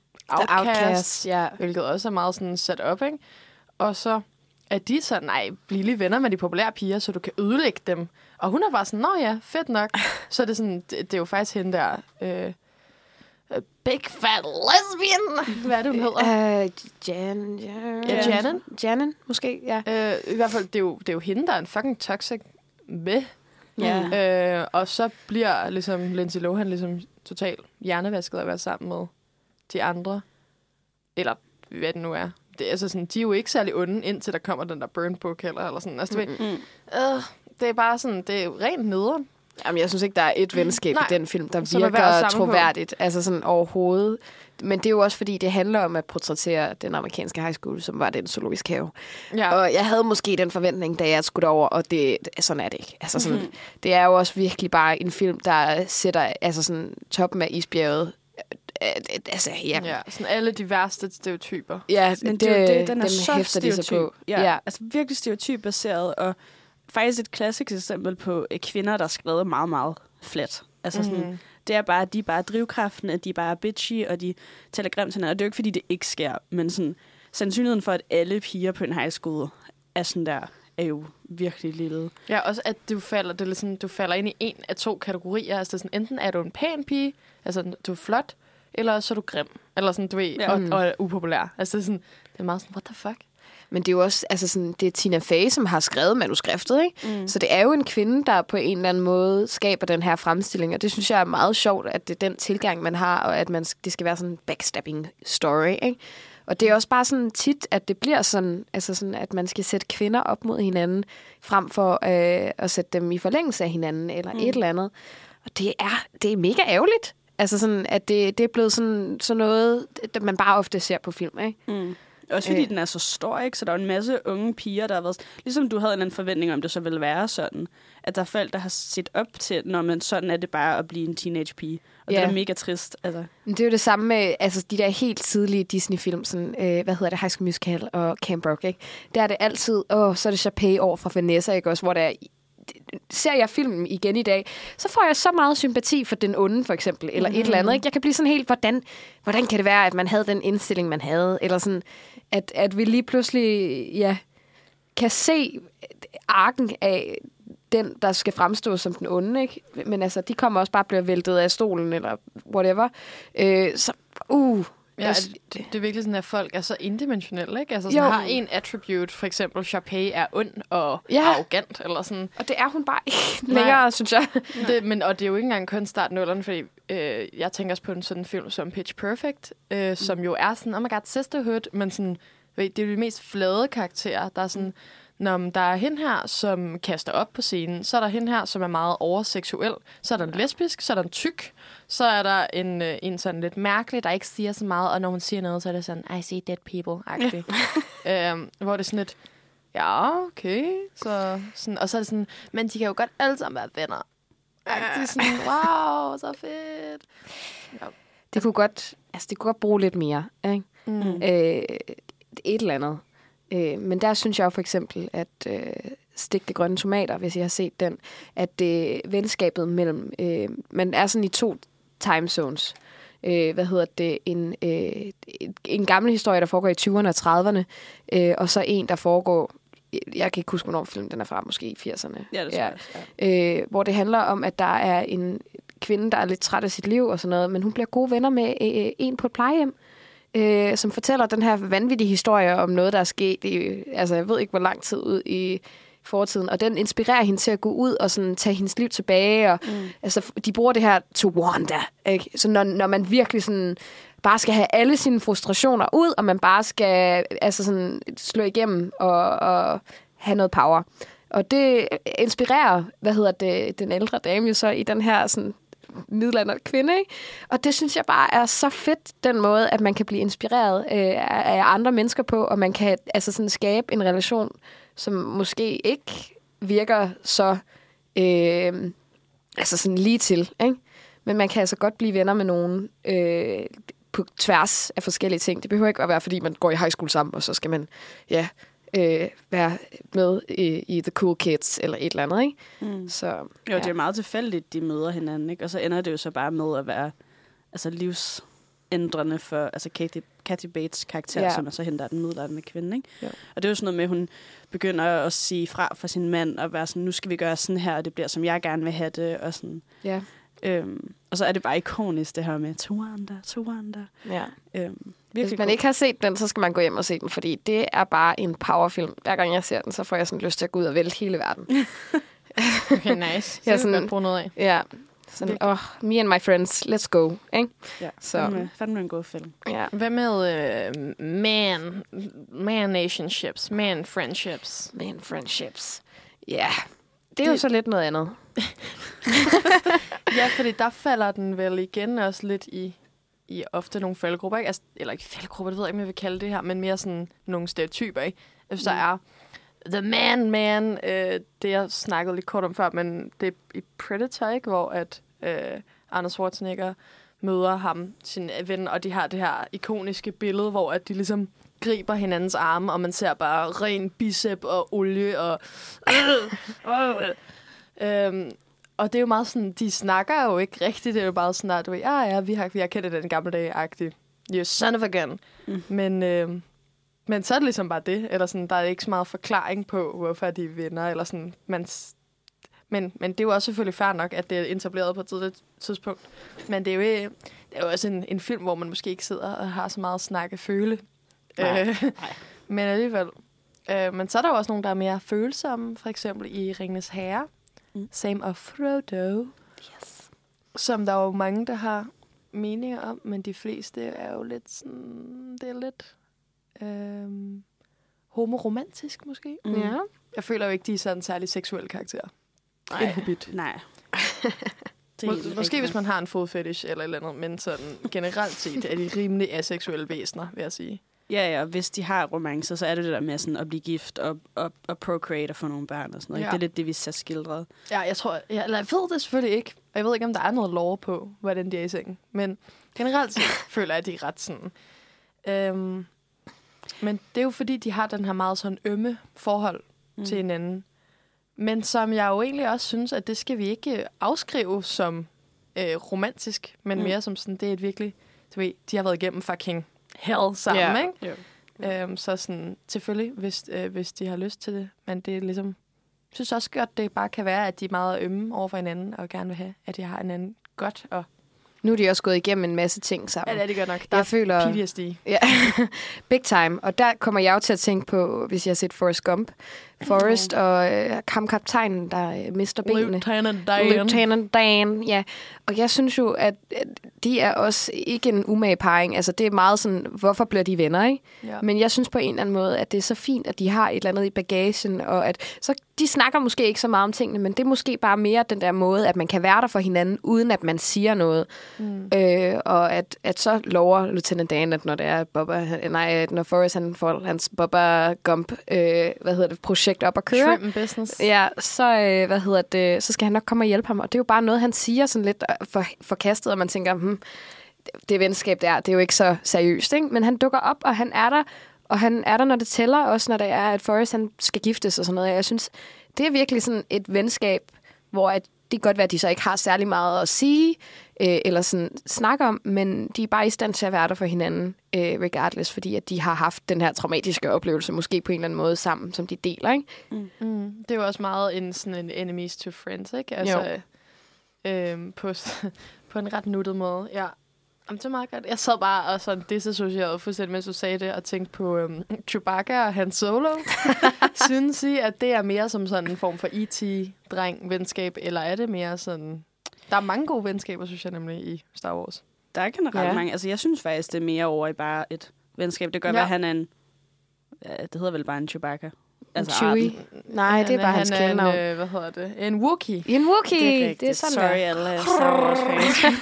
outcast, hvilket også er meget sådan sat op, ikke? Og så er de så, bliv lige venner med de populære piger, så du kan ødelægge dem. Og hun er bare sådan, nå ja, fedt nok. Så er det sådan, det er jo faktisk hende der... Big fat lesbian. Hvad er det, hun hedder? Janen, måske, ja. I hvert fald, det er jo hende, der er en fucking toxic med. Ja. Og så bliver ligesom Lindsay Lohan ligesom totalt hjernevasket at være sammen med de andre. Eller hvad det nu er. Det er altså sådan, de er jo ikke særlig onde, indtil der kommer den der burn book eller sådan. Altså, det er bare sådan, det er jo rent nederen. Jamen, jeg synes ikke, der er et venskab i den film, der virker troværdigt. Altså sådan overhovedet. Men det er jo også, fordi det handler om at portrættere den amerikanske high school, som var den zoologisk have. Ja. Og jeg havde måske den forventning, da jeg skulle over, og sådan er det ikke. Altså sådan, det er jo også virkelig bare en film, der sætter altså sådan toppen af isbjerget. Altså, ja, sådan alle de værste stereotyper. Ja, men den er så stereotyp. Ja, altså virkelig stereotypbaseret, og faktisk et klassisk eksempel på kvinder, der er skrevet meget, meget flat. Altså sådan, det er bare, at de er bare drivkraften, at de er bare bitchy, og de taler grimt til hinanden. Og det er jo ikke, fordi det ikke sker, men sådan, sandsynligheden for, at alle piger på en high school er sådan der, er jo virkelig lille. Ja, også at du falder ind i en af 2 kategorier. Altså sådan, enten er du en pæn pige, altså du er flot, eller så er du grim. Eller sådan, du ved, og upopulær. Altså det er meget sådan, what the fuck? Men det er jo også, altså sådan, det er Tina Fey, som har skrevet manuskriptet, ikke? Så det er jo en kvinde, der på en eller anden måde skaber den her fremstilling, og det synes jeg er meget sjovt, at det er den tilgang, man har, og at det skal være sådan en backstabbing story, ikke? Og det er også bare sådan tit, at det bliver sådan, altså sådan, at man skal sætte kvinder op mod hinanden, frem for at sætte dem i forlængelse af hinanden, eller et eller andet. Og det er mega ærgerligt. Altså sådan, at det er blevet sådan noget, man bare ofte ser på film, ikke? Mm. Også fordi den er så stor, ikke? Så der er en masse unge piger, der har været... Ligesom du havde en anden forventning om, det så ville være sådan. At der er folk, der har set op til, når man sådan er det bare at blive en teenage-pige. Og det er mega trist, altså. Det er jo det samme med altså, de der helt tidlige Disney-film, sådan, High School Musical og Camp Rock, ikke? Der er det altid, så er det Sharpay over fra Vanessa, ikke? Også, hvor der ser jeg filmen igen i dag, så får jeg så meget sympati for den onde, for eksempel, eller et eller andet. Ikke? Jeg kan blive sådan helt, hvordan kan det være, at man havde den indstilling, man havde? Eller sådan, at vi lige pludselig kan se arken af den, der skal fremstå som den onde. Ikke? Men altså, de kommer også bare bliver væltet af stolen, eller whatever. Ja, det er virkelig sådan, at folk er så indimensionelle, ikke? Altså sådan, har en attribute, for eksempel Sharpay er ond og arrogant, eller sådan. Og det er hun bare ikke længere, synes jeg. Og det er jo ikke engang kun start nullerne, fordi jeg tænker også på en sådan film som Pitch Perfect, som jo er sådan, oh my god, sisterhood, men sådan, det er jo de mest flade karakterer, der er sådan, når der er hende her, som kaster op på scenen, så er der hende her, som er meget overseksuel, så er der en lesbisk, så er der en tyk, så er der en sådan lidt mærkelig, der ikke siger så meget, og når hun siger noget, så er det sådan, I see dead people-agtigt. Hvor det er sådan lidt, ja, okay. Så, sådan, og så er det sådan, men de kan jo godt alle sammen være venner. Det er sådan, wow, så fedt. Ja. Det kunne godt bruge lidt mere, ikke? Et eller andet. Men der synes jeg jo for eksempel, at Stik de grønne tomater, hvis jeg har set den, at venskabet mellem... man er sådan i 2 time zones. En gammel historie, der foregår i 20'erne og 30'erne, og så en, der foregår... Jeg kan ikke huske, hvornår filmen den er fra, måske i 80'erne. Ja, det tror jeg. Hvor det handler om, at der er en kvinde, der er lidt træt af sit liv og sådan noget, men hun bliver gode venner med en på et plejehjem, som fortæller den her vanvittige historie om noget, der er sket i, altså jeg ved ikke, hvor lang tid ud i fortiden, og den inspirerer hende til at gå ud og sådan tage hendes liv tilbage, og altså, de bruger det her to Wanda, ikke? Så når man virkelig sådan bare skal have alle sine frustrationer ud, og man bare skal altså sådan slå igennem og have noget power. Og det inspirerer, den ældre dame jo så i den her sådan middelalder kvinde, ikke? Og det synes jeg bare er så fedt, den måde, at man kan blive inspireret af andre mennesker på, og man kan altså sådan skabe en relation, som måske ikke virker så altså sådan lige til, ikke? Men man kan altså godt blive venner med nogen på tværs af forskellige ting. Det behøver ikke at være, fordi man går i high school sammen, og så skal man være med i The Cool Kids, eller et eller andet, ikke? Så, det er meget tilfældigt, de møder hinanden, ikke? Og så ender det jo så bare med at være altså livsændrende for altså Kathy Bates karakter, som er så hende, der er den middelaldrende kvinde, ikke? Ja. Og det er jo sådan noget med, at hun begynder at sige fra for sin mand, og være sådan, nu skal vi gøre sådan her, og det bliver, som jeg gerne vil have det, og sådan. Ja. Og så er det bare ikonisk, det her med Towanda. Ja. Hvis man ikke har set den, så skal man gå hjem og se den, fordi det er bare en powerfilm. Hver gang jeg ser den, så får jeg sådan lyst til at gå ud og vælte hele verden. Okay, nice. Så kan du godt bruge noget af. Ja. Sådan, me and my friends, let's go. Ikke? Ja, så fandme en god film. Ja. Hvad med man nationships, man friendships? Man friendships. Ja, yeah. Det er jo så lidt noget andet. Ja, fordi der falder den vel igen også lidt i ofte nogle faldgrupper, ikke? Altså, eller ikke faldgrupper, det ved jeg ikke, om jeg vil kalde det her, men mere sådan nogle stereotyper, ikke? Altså, der er the man, det jeg snakkede lidt kort om før, men det er i Predator, ikke? Hvor at Arnold Schwarzenegger møder ham, sin ven, og de har det her ikoniske billede, hvor at de ligesom griber hinandens arme, og man ser bare ren bicep og olie, og og det er jo meget sådan, de snakker jo ikke rigtigt, det er jo bare sådan, at vi har kendt den gamle dag-agtigt. You son of a gun. Men så er det ligesom bare det, eller sådan, der er ikke så meget forklaring på, hvorfor de vinder, eller sådan, men det er jo også selvfølgelig fair nok, at det er etableret på et tidligt tidspunkt. Men det er jo også en film, hvor man måske ikke sidder og har så meget snakke-føle. Nej. Men alligevel. Men så er der jo også nogen, der er mere følsomme, for eksempel i Ringenes Herre. Sam og Frodo. Yes. Som der er jo mange, der har meninger om, men de fleste er jo lidt sådan... Det er lidt homoromantisk måske. Ja. Jeg føler jo ikke, de er sådan en særlig seksuel karakter. En hobbit. Nej. Måske hvis man har en fodfetish eller et eller andet, men sådan generelt set er de rimelig aseksuelle væsener, vil jeg sige. Ja, hvis de har romancer, så er det det der med sådan at blive gift og procreate og få nogle børn og sådan noget. Ja. Det er lidt det, vi ser skildret. Ja, jeg ved det selvfølgelig ikke. Og jeg ved ikke, om der er noget lore på, hvordan de er i sengen. Men generelt set føler jeg, at de er ret sådan. Men det er jo fordi, de har den her meget sådan ømme forhold til hinanden. Men som jeg jo egentlig også synes, at det skal vi ikke afskrive som romantisk, men mere som sådan, det er et virkelig, du ved, de har været igennem fucking hell sammen, ikke? Yeah. Så sådan, selvfølgelig, hvis de har lyst til det. Men det er ligesom, jeg synes også godt, det bare kan være, at de er meget ømme over for hinanden, og gerne vil have, at de har hinanden godt. Og nu er de også gået igennem en masse ting sammen. Ja, det er de godt nok. Jeg føler PTSD. Ja, big time. Og der kommer jeg jo til at tænke på, hvis jeg har set Forrest Gump. Forrest og kaptajnen, der mister benene. Lieutenant Dan, ja. Og jeg synes jo, at de er også ikke en umage parring. Altså, det er meget sådan, hvorfor bliver de venner, ikke? Ja. Men jeg synes på en eller anden måde, at det er så fint, at de har et eller andet i bagagen, og at så de snakker måske ikke så meget om tingene, men det er måske bare mere den der måde, at man kan være der for hinanden, uden at man siger noget. Og at så lover Lieutenant Dan, at når det er når Forrest han får hans Bubba Gump, projekt op at køre. Shrimp business. Ja, så, så skal han nok komme og hjælpe ham. Og det er jo bare noget, han siger sådan lidt forkastet, og man tænker, det venskab der, det er jo ikke så seriøst, ikke? Men han dukker op, og han er der, og han er der, når det tæller, også når det er, at Forrest han skal giftes og sådan noget. Jeg synes, det er virkelig sådan et venskab, hvor at det kan godt være, at de så ikke har særlig meget at sige, eller sådan snakke om, men de er bare i stand til at være der for hinanden, regardless, fordi at de har haft den her traumatiske oplevelse, måske på en eller anden måde sammen, som de deler, ikke? Det er jo også meget sådan en enemies to friends, ikke? Altså, på en ret nuttet måde, ja. Jamen, det er meget godt. Jeg sad bare og sådan disassocierede fuldstændig, mens du sagde det, og tænkte på Chewbacca og Han Solo. Synes I, at det er mere som sådan en form for E.T.-dreng-venskab, eller er det mere sådan... Der er mange gode venskaber, synes jeg nemlig, i Star Wars. Der er generelt mange. Altså, jeg synes faktisk, det er mere over i bare et venskab. Det gør, at han er en... det hedder vel bare en Chewbacca. Altså Chewie. Nej, det er bare hans kælenavn. Hvad hedder det? En Wookiee. En Wookiee. Det er sådan, sorry, alle Star Wars-fans.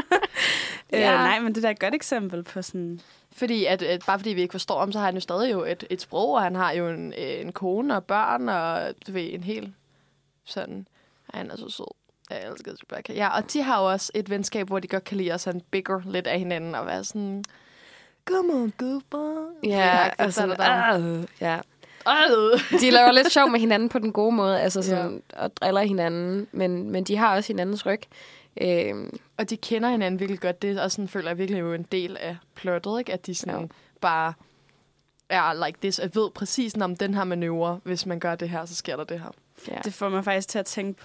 Nej, men det er et godt eksempel på sådan... Fordi bare fordi vi ikke forstår ham, så har han jo stadig jo et sprog, og han har jo en kone og børn, og du ved, en hel sådan... Han er så sød. Jeg elsker Chewbacca. Ja, og de har jo også et venskab, hvor de godt kan lide at sådan bigger lidt af hinanden, og være sådan... Come on, goodbye. Ja, altså... Ja. De laver lidt sjov med hinanden på den gode måde, altså sådan, og driller hinanden, men de har også hinandens ryg. Og de kender hinanden virkelig godt. Det er sådan, føler jeg virkelig jo en del af plottet, ikke? At de sådan bare er like this, og ved præcis, om den her manøvre, hvis man gør det her, så sker der det her. Ja. Det får mig faktisk til at tænke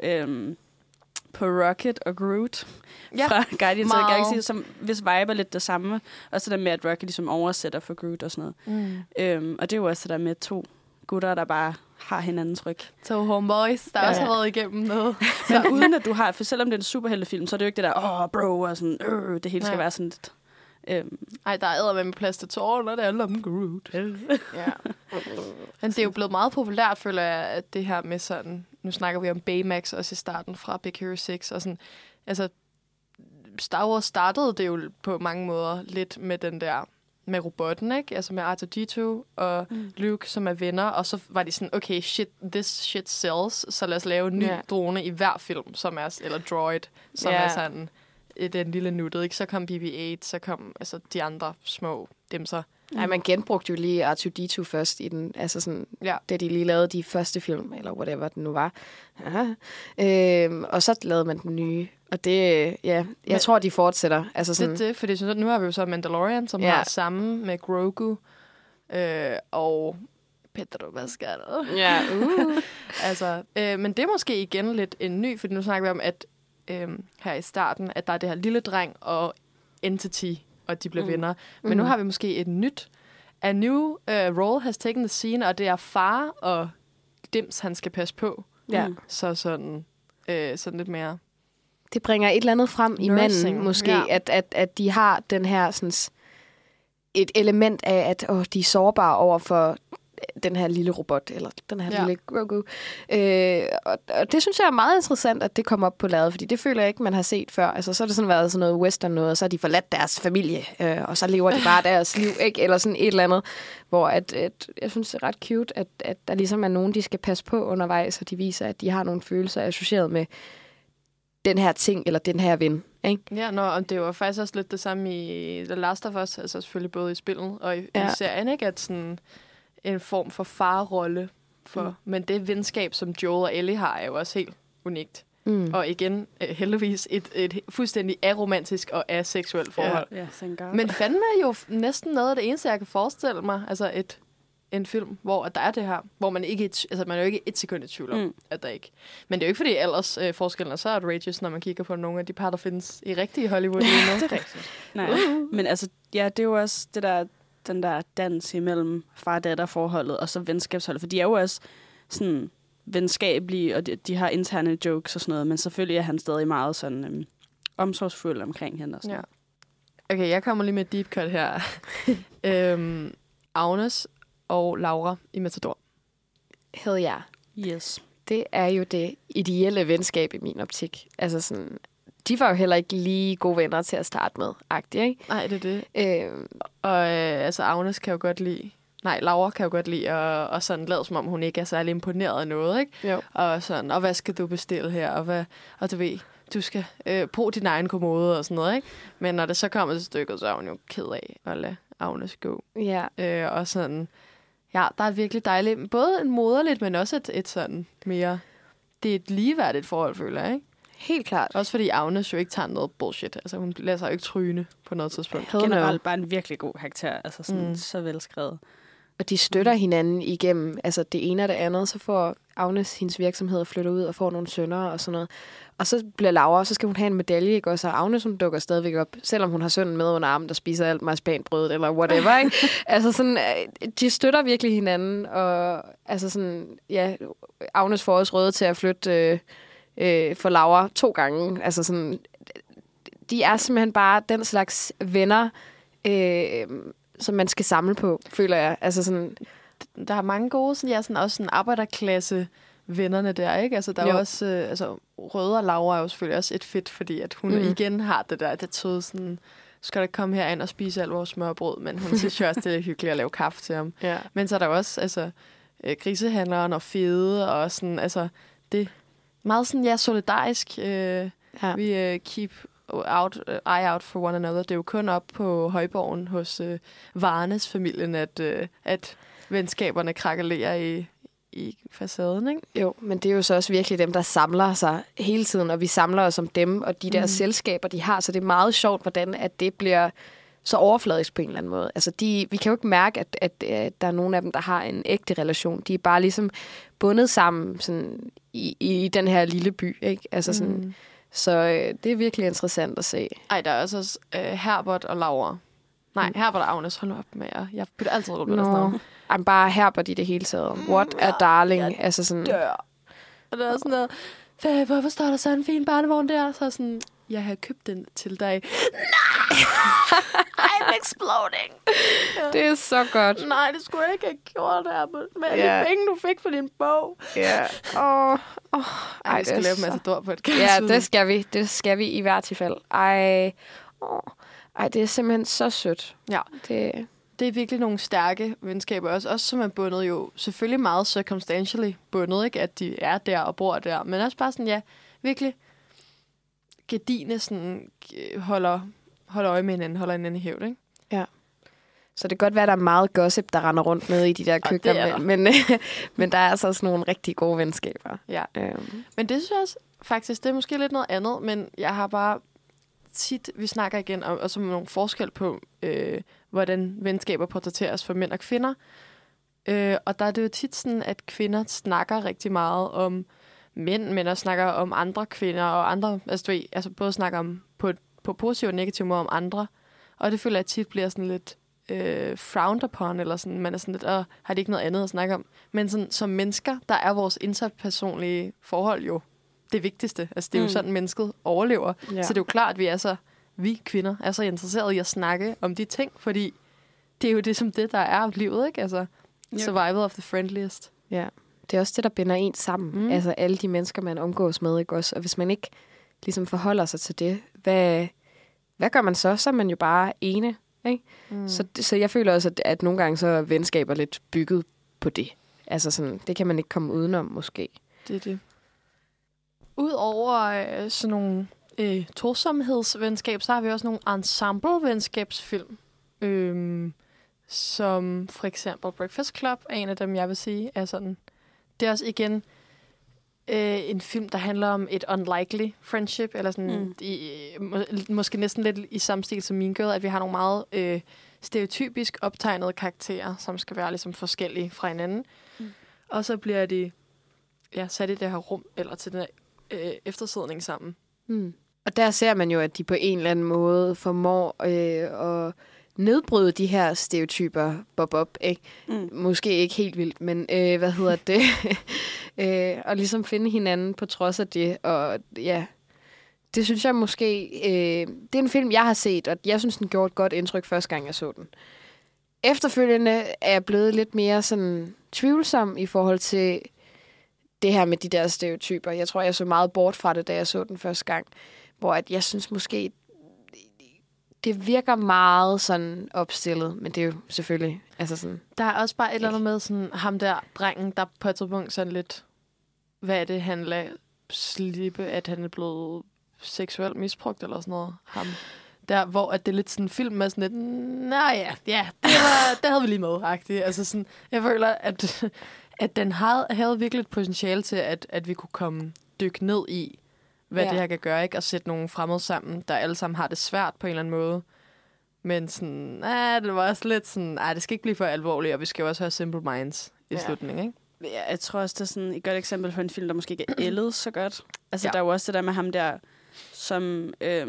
på Rocket og Groot fra Guardians of the Galaxy, som hvis vibe er lidt det samme. Og så der med, at Rocket ligesom oversætter for Groot og sådan noget. Og det er jo også det der med 2 gutter, der bare har hinandens ryg. 2 homeboys, der også har været igennem noget. Men uden at du har, for selvom det er en superheltefilm, så er det jo ikke det der, bro, og sådan, det hele skal være sådan lidt... Ej, der er eddermame med plads til tårer, når det handler om Groot. Ja. Men det er jo blevet meget populært, føler jeg, at det her med sådan... Nu snakker vi om Baymax også i starten fra Big Hero 6, og sådan... Altså, Star Wars startede det jo på mange måder lidt med den der... Med robotten, ikke? Altså med R2-D2 og Luke, som er venner. Og så var de sådan, okay, this shit sells, så lad os lave en ny drone i hver film, som er... Eller droid, som er sådan... Den lille nuttet, ikke? Så kom BB-8, så kom altså de andre små dimser. Nej, man genbrugte jo lige R2-D2 først i den, altså sådan, da de lige lavede de første film, eller whatever den nu var. Og så lavede man den nye. Og det, jeg tror, de fortsætter. Altså sådan, det, fordi nu har vi jo så Mandalorian, som har sammen med Grogu og Pedro Pascal. Ja, altså, men det er måske igen lidt en ny, fordi nu snakker vi om, at her i starten, at der er det her lille dreng og Entity, og de bliver venner. Men nu har vi måske et nyt. A new role has taken the scene, og det er far og Dims, han skal passe på. Ja. Så sådan lidt mere... Det bringer et eller andet frem i manden, måske, at de har den her sådan... et element af, at de er sårbare over for den her lille robot, eller den her lille Grogu. Og det synes jeg er meget interessant, at det kommer op på ladet, fordi det føler jeg ikke, man har set før. Altså, så har det sådan været sådan noget western noget, og så har de forladt deres familie, og så lever de bare deres liv, ikke? Eller sådan et eller andet, hvor jeg synes, det er ret cute, at der ligesom er nogen, de skal passe på undervejs, og de viser, at de har nogle følelser associeret med den her ting, eller den her ven. Ikke? Ja, og det var faktisk også lidt det samme i The Last of Us, altså selvfølgelig både i spillet og i serien, ikke? At sådan en form for farrolle for, men det venskab, som Joel og Ellie har, er jo også helt unikt. Og igen, heldigvis, et fuldstændig aromantisk og aseksuelt forhold. Men fandme jo næsten noget af det eneste, jeg kan forestille mig, altså en film, hvor der er det her, hvor man ikke man er jo ikke et sekund i tvivl om, at der ikke. Men det er jo ikke, fordi ellers forskellen er så outrageous, når man kigger på nogle af de par, der findes i rigtige Hollywood lige nu. Det er rigtigt. Nej, men altså, ja, det er jo også det der, den der dans imellem far-datter-forholdet og så venskabsholdet, for de er jo også sådan venskabelige, og de har interne jokes og sådan noget, men selvfølgelig er han stadig meget sådan omsorgsfuld omkring hende og sådan. Ja. Okay, jeg kommer lige med et deep cut her. Agnes og Laura i Matador. Hed jeg. Yes. Det er jo det ideelle venskab i min optik. Altså sådan, de var jo heller ikke lige gode venner til at starte med, agtigt, ikke? Nej, det er det. Og altså, Agnes kan jo godt lide... Nej, Laura kan jo godt lide og sådan lade, som om hun ikke er særlig imponeret af noget, ikke? Jo. Og sådan, og hvad skal du bestille her? Og du ved, du skal bruge din egen kommode og sådan noget, ikke? Men når det så kommer til stykket, så er hun jo ked af at lade Agnes gå. Ja. Og sådan... Ja, der er virkelig dejligt. Både en moderligt, men også et sådan mere... Det er et ligeværdigt forhold, føler jeg, ikke? Helt klart. Også fordi Agnes jo ikke tager noget bullshit. Altså, hun lader sig jo ikke tryne på noget tidspunkt. Generelt bare en virkelig god karakter. Altså sådan så velskrevet. Og de støtter hinanden igennem altså det ene og det andet. Så får Agnes hendes virksomhed og flytter ud og får nogle sønner og sådan noget. Og så bliver Laura, så skal hun have en medalje, ikke? Og så Agnes, hun dukker stadigvæk op, selvom hun har sønnen med under armen, der spiser alt marcipanbrød eller whatever, ikke? Altså sådan, de støtter virkelig hinanden, og altså sådan, ja, Agnes får også råd til at flytte for Laura 2 gange. Altså sådan, de er simpelthen bare den slags venner, som man skal samle på, føler jeg. Altså sådan, der er mange gode, sådan også sådan arbejderklasse vennerne der, ikke? Altså, der er også... altså, Røde og Laura er jo selvfølgelig også et fedt, fordi at hun igen har det tøde sådan... Skal der komme herind og spise alt vores smørbrød? Men hun synes jo også, det er hyggeligt at lave kaffe til ham. Ja. Men så er der også, altså... grisehandleren og fede, og sådan, altså... Det meget sådan, solidarisk. Vi keep eye out for one another. Det er jo kun op på højborgen hos Varnes familien, at venskaberne krakelerer i facaden, ikke? Jo, men det er jo så også virkelig dem, der samler sig hele tiden, og vi samler os om dem, og de der selskaber, de har, så det er meget sjovt, hvordan at det bliver så overfladisk på en eller anden måde. Altså, vi kan jo ikke mærke, at der er nogle af dem, der har en ægte relation. De er bare ligesom bundet sammen sådan, i den her lille by, ikke? Altså sådan... Så det er virkelig interessant at se. Ej, der er også Herbert og Laura. Nej, Herbert og Agnes, hold op med jer. Jeg bytter altid rundt med deres navn. I'm bare Herbert i det hele taget. What a darling. Altså sådan... dør. Og der er sådan noget, hvorfor står der så en fin barnevogn der? Så sådan, jeg har købt den til dig. Nej! I'm exploding. Det er så godt. Nej, det skulle jeg ikke have gjort, Herbert. Men de penge, du fik for din bog. Ja. Ej, vi skal lave Matador på et Ja, det skal vi. Det skal vi i hvert tilfælde. Ej, det er simpelthen så sødt. Ja. Det er virkelig nogle stærke venskaber også som er bundet jo selvfølgelig meget circumstantially bundet, ikke? At de er der og bor der. Men også bare sådan, virkelig gedigne sådan holder øje med hinanden, holder hinanden i hævd, ikke? Ja. Så det kan godt være, at der er meget gossip, der render rundt med i de der køkkener, men der er altså også nogle rigtig gode venskaber. Ja. Men det synes jeg også, faktisk, det er måske lidt noget andet, men jeg har bare tit, vi snakker igen om, også om nogle forskel på, hvordan venskaber portrætteres for mænd og kvinder. Og der er det jo tit sådan, at kvinder snakker rigtig meget om mænd, men også snakker om andre kvinder og andre, altså både snakker om på positiv og negativ måde om andre. Og det føler jeg tit bliver sådan lidt frowned upon, eller sådan, man er sådan lidt, har de ikke noget andet at snakke om? Men sådan, som mennesker, der er vores interpersonlige forhold jo det vigtigste. Altså det er jo sådan, mennesket overlever. Ja. Så det er jo klart, at vi kvinder er så interesserede i at snakke om de ting, fordi det er jo det, som det, der er af livet, ikke? Altså, survival of the friendliest. Ja, det er også det, der binder en sammen. Altså alle de mennesker, man omgås med, ikke også? Og hvis man ikke ligesom forholder sig til det, hvad gør man så? Så er man jo bare ene, ikke? Så jeg føler også, at nogle gange så er venskaber lidt bygget på det. Altså sådan, det kan man ikke komme udenom, måske. Det er det. Udover sådan nogle tosomhedsvenskab, så har vi også nogle ensemble-venskabsfilm. Som for eksempel Breakfast Club er en af dem, jeg vil sige, er sådan. Det er også igen en film, der handler om et unlikely friendship, eller sådan måske næsten lidt i samme stil som Mean Girl, at vi har nogle meget stereotypisk optegnede karakterer, som skal være ligesom forskellige fra hinanden. Og så bliver de sat i det her rum, eller til den her eftersidning sammen. Og der ser man jo, at de på en eller anden måde formår at nedbryde de her stereotyper bob, ikke? Måske ikke helt vildt, men og ligesom finde hinanden på trods af det. Og ja, det synes jeg måske... det er en film, jeg har set, og jeg synes, den gjorde et godt indtryk første gang, jeg så den. Efterfølgende er jeg blevet lidt mere sådan tvivlsom i forhold til det her med de der stereotyper. Jeg tror, jeg så meget bort fra det, da jeg så den første gang. Hvor at jeg synes måske, det virker meget sådan opstillet, men det er jo selvfølgelig... Altså sådan, der er også bare et eller andet med sådan, ham der drengen, der på et tidspunkt sådan lidt... Hvad er det, han lader slippe, at han er blevet seksuelt misbrugt eller sådan noget? Ham. Der, hvor at det er lidt sådan en film med sådan lidt... det havde vi lige med-agtigt. Altså sådan, jeg føler, at den havde virkelig et potentiale til, at vi kunne dykke ned i, hvad det her kan gøre, ikke? Og sætte nogle fremmede sammen, der alle sammen har det svært på en eller anden måde. Men sådan, det var også lidt sådan, det skal ikke blive for alvorligt, og vi skal jo også have Simple Minds i slutningen, ikke? Ja, jeg tror også, det er sådan et godt eksempel på en film, der måske ikke er ældet så godt. Altså, der er jo også det der med ham der, som,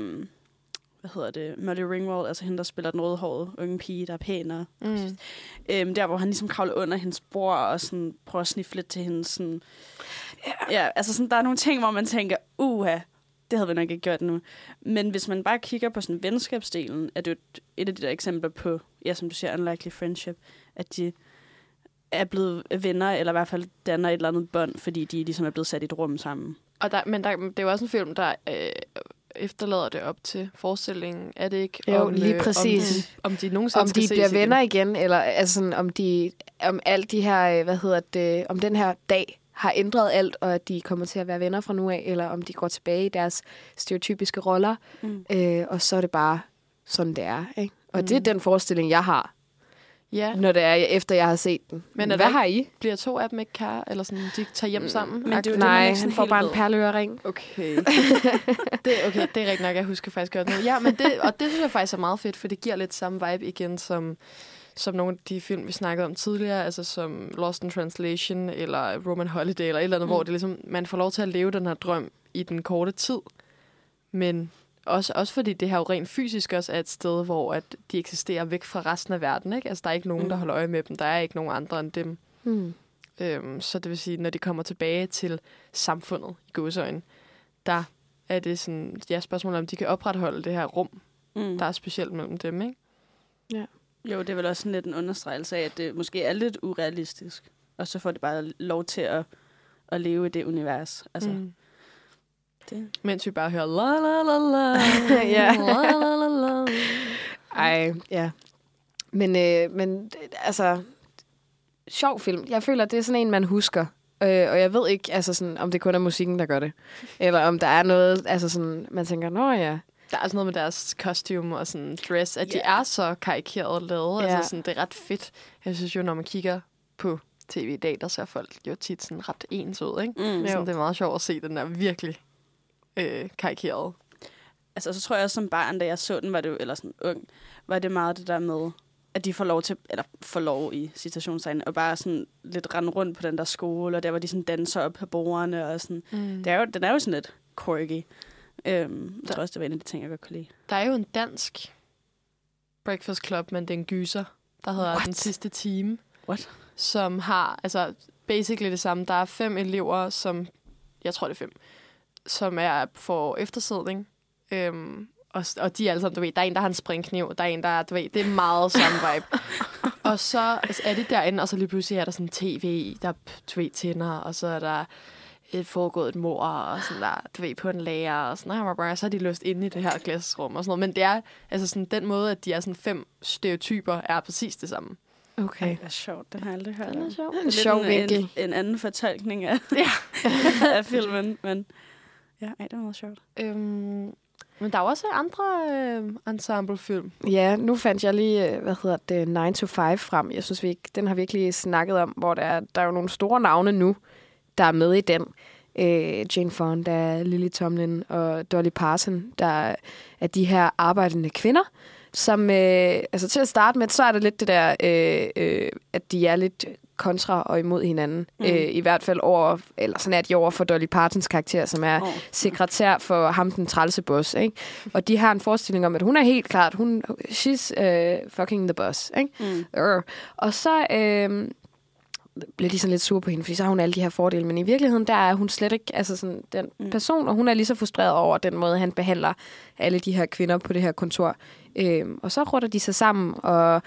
Molly Ringwald, altså hende, der spiller den rødhårede unge pige, der er pænere. Der, hvor han ligesom kravler under hendes bord, og sådan prøver at snifle lidt til hende. Sådan, altså sådan, der er nogle ting, hvor man tænker, det havde vi nok ikke gjort nu. Men hvis man bare kigger på sådan venskabsdelen, er det jo et af de der eksempler på, som du siger, unlikely friendship, at de er blevet venner, eller i hvert fald danner et eller andet bånd, fordi de ligesom er blevet sat i et rum sammen. Og det er jo også en film, der efterlader det op til forestillingen. Er det ikke? Jo, lige præcis. Om de nogensinde om de bliver venner igen, eller altså sådan, om alt de her, om den her dag har ændret alt, og at de kommer til at være venner fra nu af, eller om de går tilbage i deres stereotypiske roller, og så er det bare sådan, det er. Ikke? Og det er den forestilling, jeg har, når det er, efter jeg har set den. Men hvad har I? Bliver 2 af dem ikke kære, eller sådan, de tager hjem sammen? Men det nej, han får bare en perleørering. Okay. Det er rigtigt nok, jeg husker faktisk godt nu. Ja, men det synes jeg faktisk er meget fedt, for det giver lidt samme vibe igen, som nogle af de film, vi snakkede om tidligere, altså som Lost in Translation, eller Roman Holiday, eller et eller andet, hvor det ligesom, man får lov til at leve den her drøm i den korte tid. Men også fordi det her jo rent fysisk også er et sted, hvor at de eksisterer væk fra resten af verden, ikke? Altså, der er ikke nogen, der holder øje med dem. Der er ikke nogen andre end dem. Så det vil sige, når de kommer tilbage til samfundet i gåseøjne, der er det sådan, spørgsmålet om de kan opretholde det her rum, der er specielt mellem dem, ikke? Ja. Jo, det er vel også sådan lidt en understregelse af, at det måske er lidt urealistisk. Og så får det bare lov til at leve i det univers. Altså, det. Mens vi bare hører la la la la, la la la la. Ej, ja. Men altså, sjov film. Jeg føler, det er sådan en, man husker. Og jeg ved ikke, altså sådan, om det kun er musikken, der gør det. Eller om der er noget, altså sådan, man tænker, nå ja. Der er også noget med deres costume og sådan dress, at de er så karikeret lavet. Altså sådan, det er ret fedt. Jeg synes jo, når man kigger på tv i dag, der ser folk jo tit sådan ret ens ud, ikke? Sådan, det er meget sjovt at se den der virkelig karikeret. Altså, så tror jeg også som barn, da jeg så den, var det jo, eller sådan ung, var det meget det der med, at de får lov i citationstegn, og bare sådan lidt rende rundt på den der skole, og der var de sådan danser op på bordene, og sådan. Den er jo sådan lidt quirky. Jeg tror også, det var en af de ting, jeg godt kunne lide. Der er jo en dansk Breakfast Club, men det er en gyser, der hedder Den Sidste Time. What? Som har, altså basically det samme. Der er 5 elever, som, jeg tror det er 5, som er for eftersidning. og de er alle sammen, du ved, der er en, der har en springkniv, der er en, der, du ved, det er meget samme vibe. Og så er det derinde, og så lige pludselig er der sådan en tv, der tænder, og så er der foregået et mord, og sådan der, du ved, på en lager, og sådan, så er de løst inde i det her klasserum, og sådan noget. Men det er, altså sådan, den måde, at de er sådan 5 stereotyper, er præcis det samme. Okay. Det er sjovt, den har jeg aldrig hørt. Den er sjov. En sjov vinkel. En anden fortolkning af, af filmen, men ja, det er meget sjovt. Men der er også andre ensemblefilm. Ja, nu fandt jeg lige, 9 to 5 frem. Jeg synes, den har virkelig snakket om, hvor der er jo nogle store navne nu, der er med i den. Jane Fonda, Lily Tomlin og Dolly Parton, der er de her arbejdende kvinder, som, altså til at starte med, så er det lidt det der, at de er lidt kontra og imod hinanden. I hvert fald sådan er de over for Dolly Partons karakter, som er sekretær for ham, den trælse boss, ikke? Og de har en forestilling om, at hun er helt klart, she's fucking the boss, ikke? Og så bliver de sådan lidt sure på hende, fordi så har hun alle de her fordele, men i virkeligheden, der er hun slet ikke altså sådan den person, og hun er lige så frustreret over den måde, han behandler alle de her kvinder på det her kontor. Og så rutter de sig sammen, og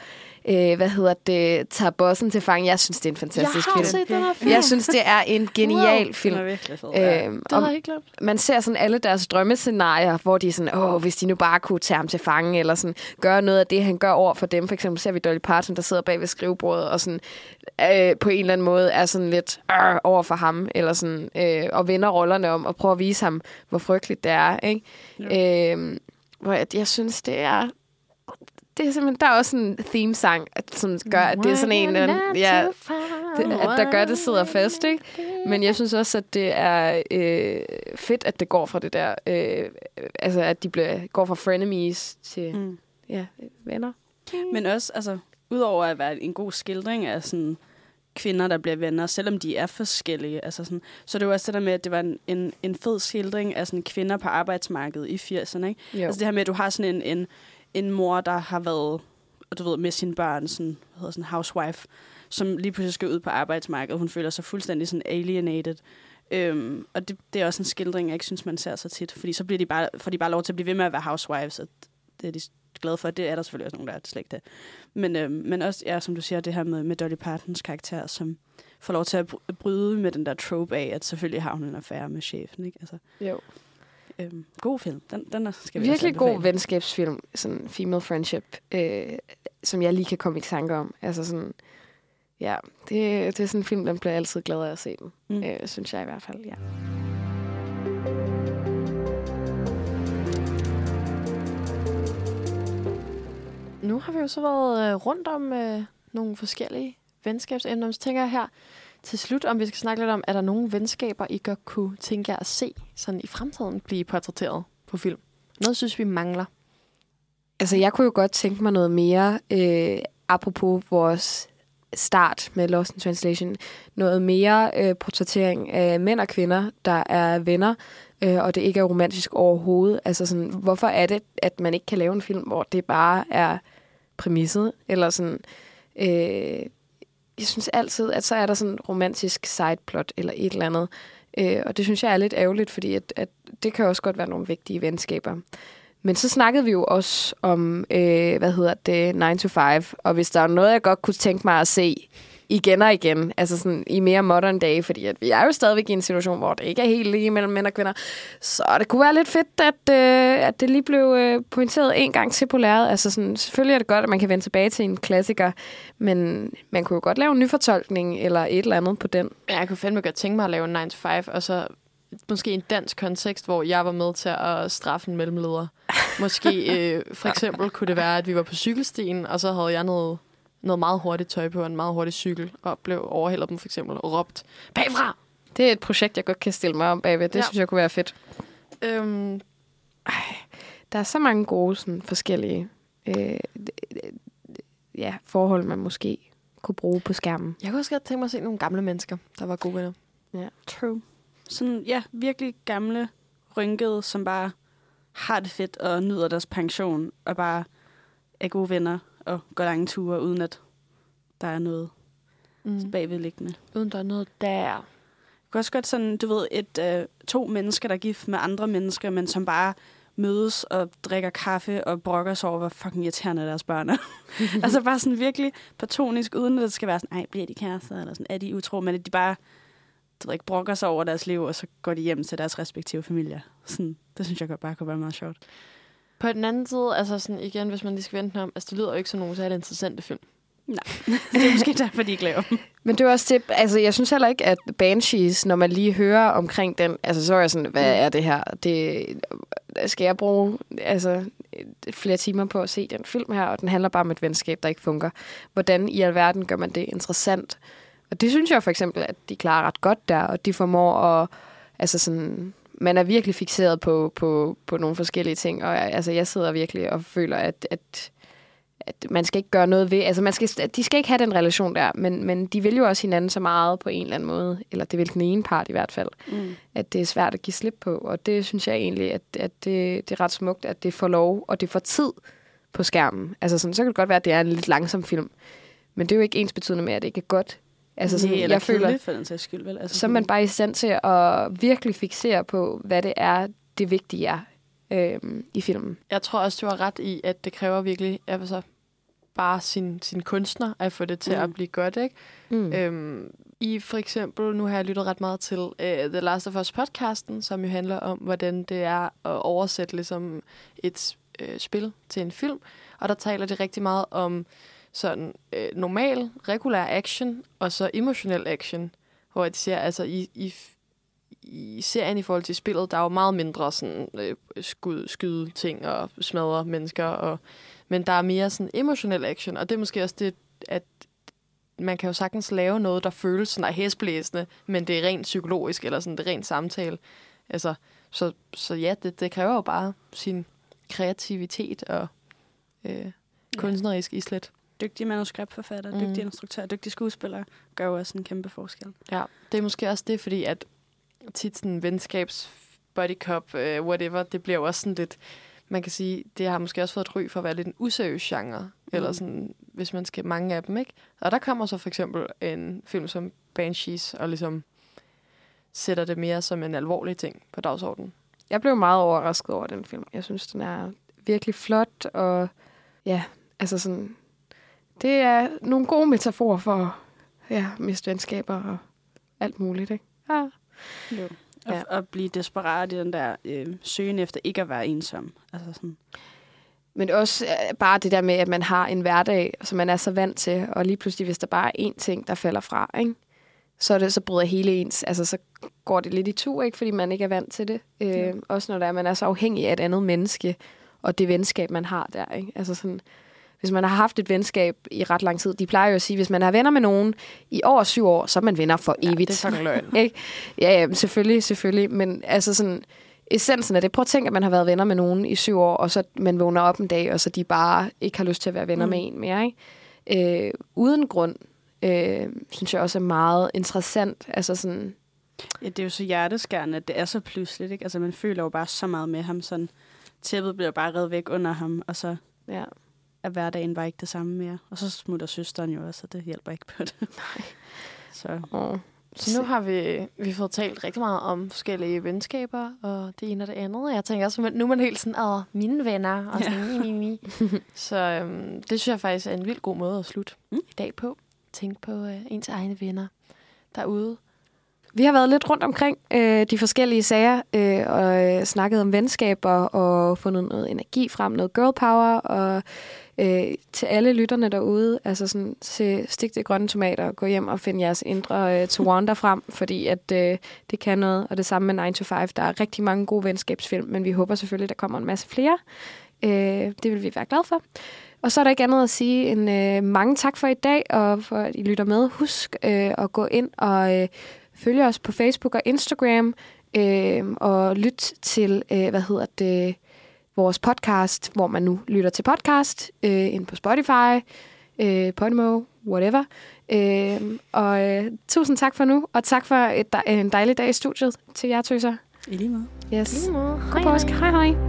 tager bossen til fange. Jeg synes, det er en fantastisk film. Jeg har set den her film. Jeg synes, det er en genial film. Den er virkelig fed. Det har jeg ikke glemt. Man ser sådan alle deres drømmescenarier, hvor de er sådan, hvis de nu bare kunne tage ham til fange, eller sådan gøre noget af det, han gør over for dem. For eksempel ser vi Dolly Parton, der sidder bag ved skrivebordet, og sådan, på en eller anden måde er sådan lidt over for ham, eller sådan, og vender rollerne om, og prøver at vise ham, hvor frygteligt det er. Ikke? Hvor jeg synes, det er simpelthen, der er også en theme-sang, som gør, at det er sådan en, at der gør, det sidder fast, ikke? Men jeg synes også, at det er fedt, at det går fra det der, altså at de går fra frenemies til venner. Men også, altså, udover at være en god skildring af sådan kvinder, der bliver venner, selvom de er forskellige, altså sådan, så det var også det der med, at det var en fed skildring af sådan kvinder på arbejdsmarkedet i 80'erne, ikke? Jo. Altså det her med, at du har sådan en mor, der har været, du ved, med sine børn, sådan, sådan housewife, som lige pludselig skal ud på arbejdsmarkedet. Hun føler sig fuldstændig sådan alienated. Og det er også en skildring, jeg ikke synes, man ser så tit, fordi så får de bare lov til at blive ved med at være housewives, og det er de glade for. Det er der selvfølgelig også nogen, der er slet ikke det. Men også, ja, som du siger, det her med Dolly Partons karakter, som får lov til at bryde med den der trope af, at selvfølgelig har hun en affære med chefen, ikke? Altså, jo. God film. Den skal vi virkelig god venskabsfilm, sådan female friendship, som jeg lige kan komme i tanke om. Altså sådan, ja, det er sådan en film, den bliver altid glad af at se den. Synes jeg i hvert fald, ja. Nu har vi jo så været rundt om nogle forskellige venskabsemner. Så tænker jeg her til slut, om vi skal snakke lidt om, er der nogle venskaber, I godt kunne tænke jer at se sådan i fremtiden blive portrætteret på film? Noget synes vi mangler. Altså, jeg kunne jo godt tænke mig noget mere, apropos vores start med Lost in Translation, noget mere portrættering af mænd og kvinder, der er venner, og det ikke er romantisk overhovedet. Altså sådan, hvorfor er det, at man ikke kan lave en film, hvor det bare er præmisset, eller sådan... jeg synes altid, at så er der sådan en romantisk sideplot eller et eller andet. Og det synes jeg er lidt ærgerligt, fordi at det kan også godt være nogle vigtige venskaber. Men så snakkede vi jo også om, 9 to 5. Og hvis der er noget, jeg godt kunne tænke mig at se igen og igen, altså sådan i mere modern day, fordi at vi er jo stadigvæk i en situation, hvor det ikke er helt lige mellem mænd og kvinder, så det kunne være lidt fedt, at det lige blev pointeret en gang til på lærredet. Altså sådan, selvfølgelig er det godt, at man kan vende tilbage til en klassiker, men man kunne jo godt lave en nyfortolkning eller et eller andet på den. Ja, jeg kunne fandme godt tænke mig at lave en 9 to 5, og så måske en dansk kontekst, hvor jeg var med til at straffe en mellemleder. Måske for eksempel kunne det være, at vi var på cykelstien, og så havde jeg noget meget hurtigt tøj på, en meget hurtig cykel, og blev overhældet dem for eksempel, og råbt bagfra. Det er et projekt, jeg godt kan stille mig om bagved. Det synes jeg kunne være fedt. Der er så mange gode, sådan, forskellige forhold, man måske kunne bruge på skærmen. Jeg kunne også godt tænke mig at se nogle gamle mennesker, der var gode venner. Ja. True. Sådan, ja, virkelig gamle, rynkede, som bare har det fedt og nyder deres pension, og bare er gode venner og går lange ture, uden at der er noget bagvedliggende. Uden der er noget der. Jeg kan også godt sådan, du ved, to mennesker, der er gift med andre mennesker, men som bare mødes og drikker kaffe og brokker sig over, hvor fucking irriterende deres børn er. Altså bare sådan virkelig platonisk, uden at det skal være sådan, ej, bliver de kærester, eller sådan, er de utro, men at de bare ikke brokker sig over deres liv, og så går de hjem til deres respektive familier. Sådan, det synes jeg godt bare kunne være meget sjovt. På den anden side, altså sådan igen, hvis man lige skal vente om, altså det lyder jo ikke som nogen særlig interessante film. Nej, det er måske derfor, de ikke laver dem. Men det er også det, altså jeg synes heller ikke, at Banshees, når man lige hører omkring den, altså så er jeg sådan, hvad er det her? Det skal jeg bruge flere timer på at se den film her, og den handler bare om et venskab, der ikke fungerer. Hvordan i alverden gør man det interessant? Og det synes jeg for eksempel, at de klarer ret godt der, og de formår at, altså sådan, man er virkelig fikseret på nogle forskellige ting, og jeg sidder virkelig og føler, at man skal ikke gøre noget ved, altså de skal ikke have den relation der, men de vil jo også hinanden så meget på en eller anden måde, eller det vil den ene part i hvert fald, at det er svært at give slip på, og det synes jeg egentlig, at det er ret smukt, at det får lov, og det får tid på skærmen. Altså sådan, så kan det godt være, at det er en lidt langsom film, men det er jo ikke ensbetydende med, at det ikke er godt. Altså sådan, eller jeg føler, for den sags skyld, vel? Altså, så er man bare i stand til at virkelig fiksere på, hvad det er, det vigtige er i filmen. Jeg tror også, du har ret i, at det kræver virkelig bare sin kunstner at få det til at blive godt, ikke? I for eksempel, nu har jeg lyttet ret meget til The Last of Us podcasten, som jo handler om, hvordan det er at oversætte ligesom et spil til en film. Og der taler de rigtig meget om sådan normal, regulær action, og så emotionel action, hvor de siger, altså i serien i forhold til spillet, der er jo meget mindre sådan skyde ting og smadre mennesker, men der er mere sådan emotionel action, og det er måske også det, at man kan jo sagtens lave noget, der føles sådan hæsblæsende, men det er rent psykologisk, eller sådan det er rent samtale. Altså, så ja, det kræver jo bare sin kreativitet og kunstnerisk islet. Dygtige manuskriptforfatter, dygtige instruktører, dygtige skuespillere gør jo også en kæmpe forskel. Ja, det er måske også det, fordi at tit sådan venskabs, buddy cop, whatever, det bliver jo også sådan lidt, man kan sige, det har måske også fået et ry for at være lidt en useriøs genre, eller sådan, hvis man skal mange af dem, ikke? Og der kommer så for eksempel en film som Banshees, og ligesom sætter det mere som en alvorlig ting på dagsordenen. Jeg blev meget overrasket over den film. Jeg synes, den er virkelig flot, og ja, altså sådan, det er nogle gode metaforer for miste venskaber og alt muligt, ikke? Ja. Jo. Og blive desperat i den der søgen efter ikke at være ensom. Altså sådan. Men også bare det der med, at man har en hverdag, som man er så vant til, og lige pludselig, hvis der bare er én ting, der falder fra, ikke? Så bryder hele ens, altså så går det lidt i tur, ikke? Fordi man ikke er vant til det. Også når man er så afhængig af et andet menneske, og det venskab, man har der, ikke? Altså sådan, hvis man har haft et venskab i ret lang tid, de plejer jo at sige, hvis man er venner med nogen i over 7 år, så er man venner for evigt. Det er sådan løgn. Ikke? Ja, selvfølgelig. Men altså sådan, essensen af det, prøv at tænke, at man har været venner med nogen i 7 år, og så man vågner op en dag, og så de bare ikke har lyst til at være venner med en mere, ikke? Uden grund, synes jeg også er meget interessant. Altså sådan. Ja, det er jo så hjerteskærende, at det er så pludseligt, ikke? Altså man føler jo bare så meget med ham, sådan tæppet bliver bare revet væk under ham, og så at hverdagen var ikke det samme mere. Og så smutter søsteren jo også, og det hjælper ikke på det. Nej. Så nu har vi fået talt rigtig meget om forskellige venskaber, og det ene og det andet. Jeg tænker også, nu er man helt sådan, mine venner, og sådan, mi. Så det synes jeg faktisk er en vildt god måde at slutte i dag på. Tænk på ens egne venner derude. Vi har været lidt rundt omkring de forskellige sager, og snakket om venskaber, og fundet noget energi frem, noget girl power, og til alle lytterne derude, altså sådan, stik til grønne tomater, gå hjem og find jeres indre Towanda frem, fordi at det kan noget, og det samme med 9 to 5. Der er rigtig mange gode venskabsfilm, men vi håber selvfølgelig, der kommer en masse flere. Det vil vi være glade for. Og så er der ikke andet at sige end mange tak for i dag, og for at I lytter med. Husk at gå ind og følge os på Facebook og Instagram, og lyt til, vores podcast, hvor man nu lytter til podcast, ind på Spotify, Podimo, whatever. Og tusind tak for nu, og tak for en dejlig dag i studiet til jer, tøser. I lige måde. Yes. I lige måde. God påske. Hej hej.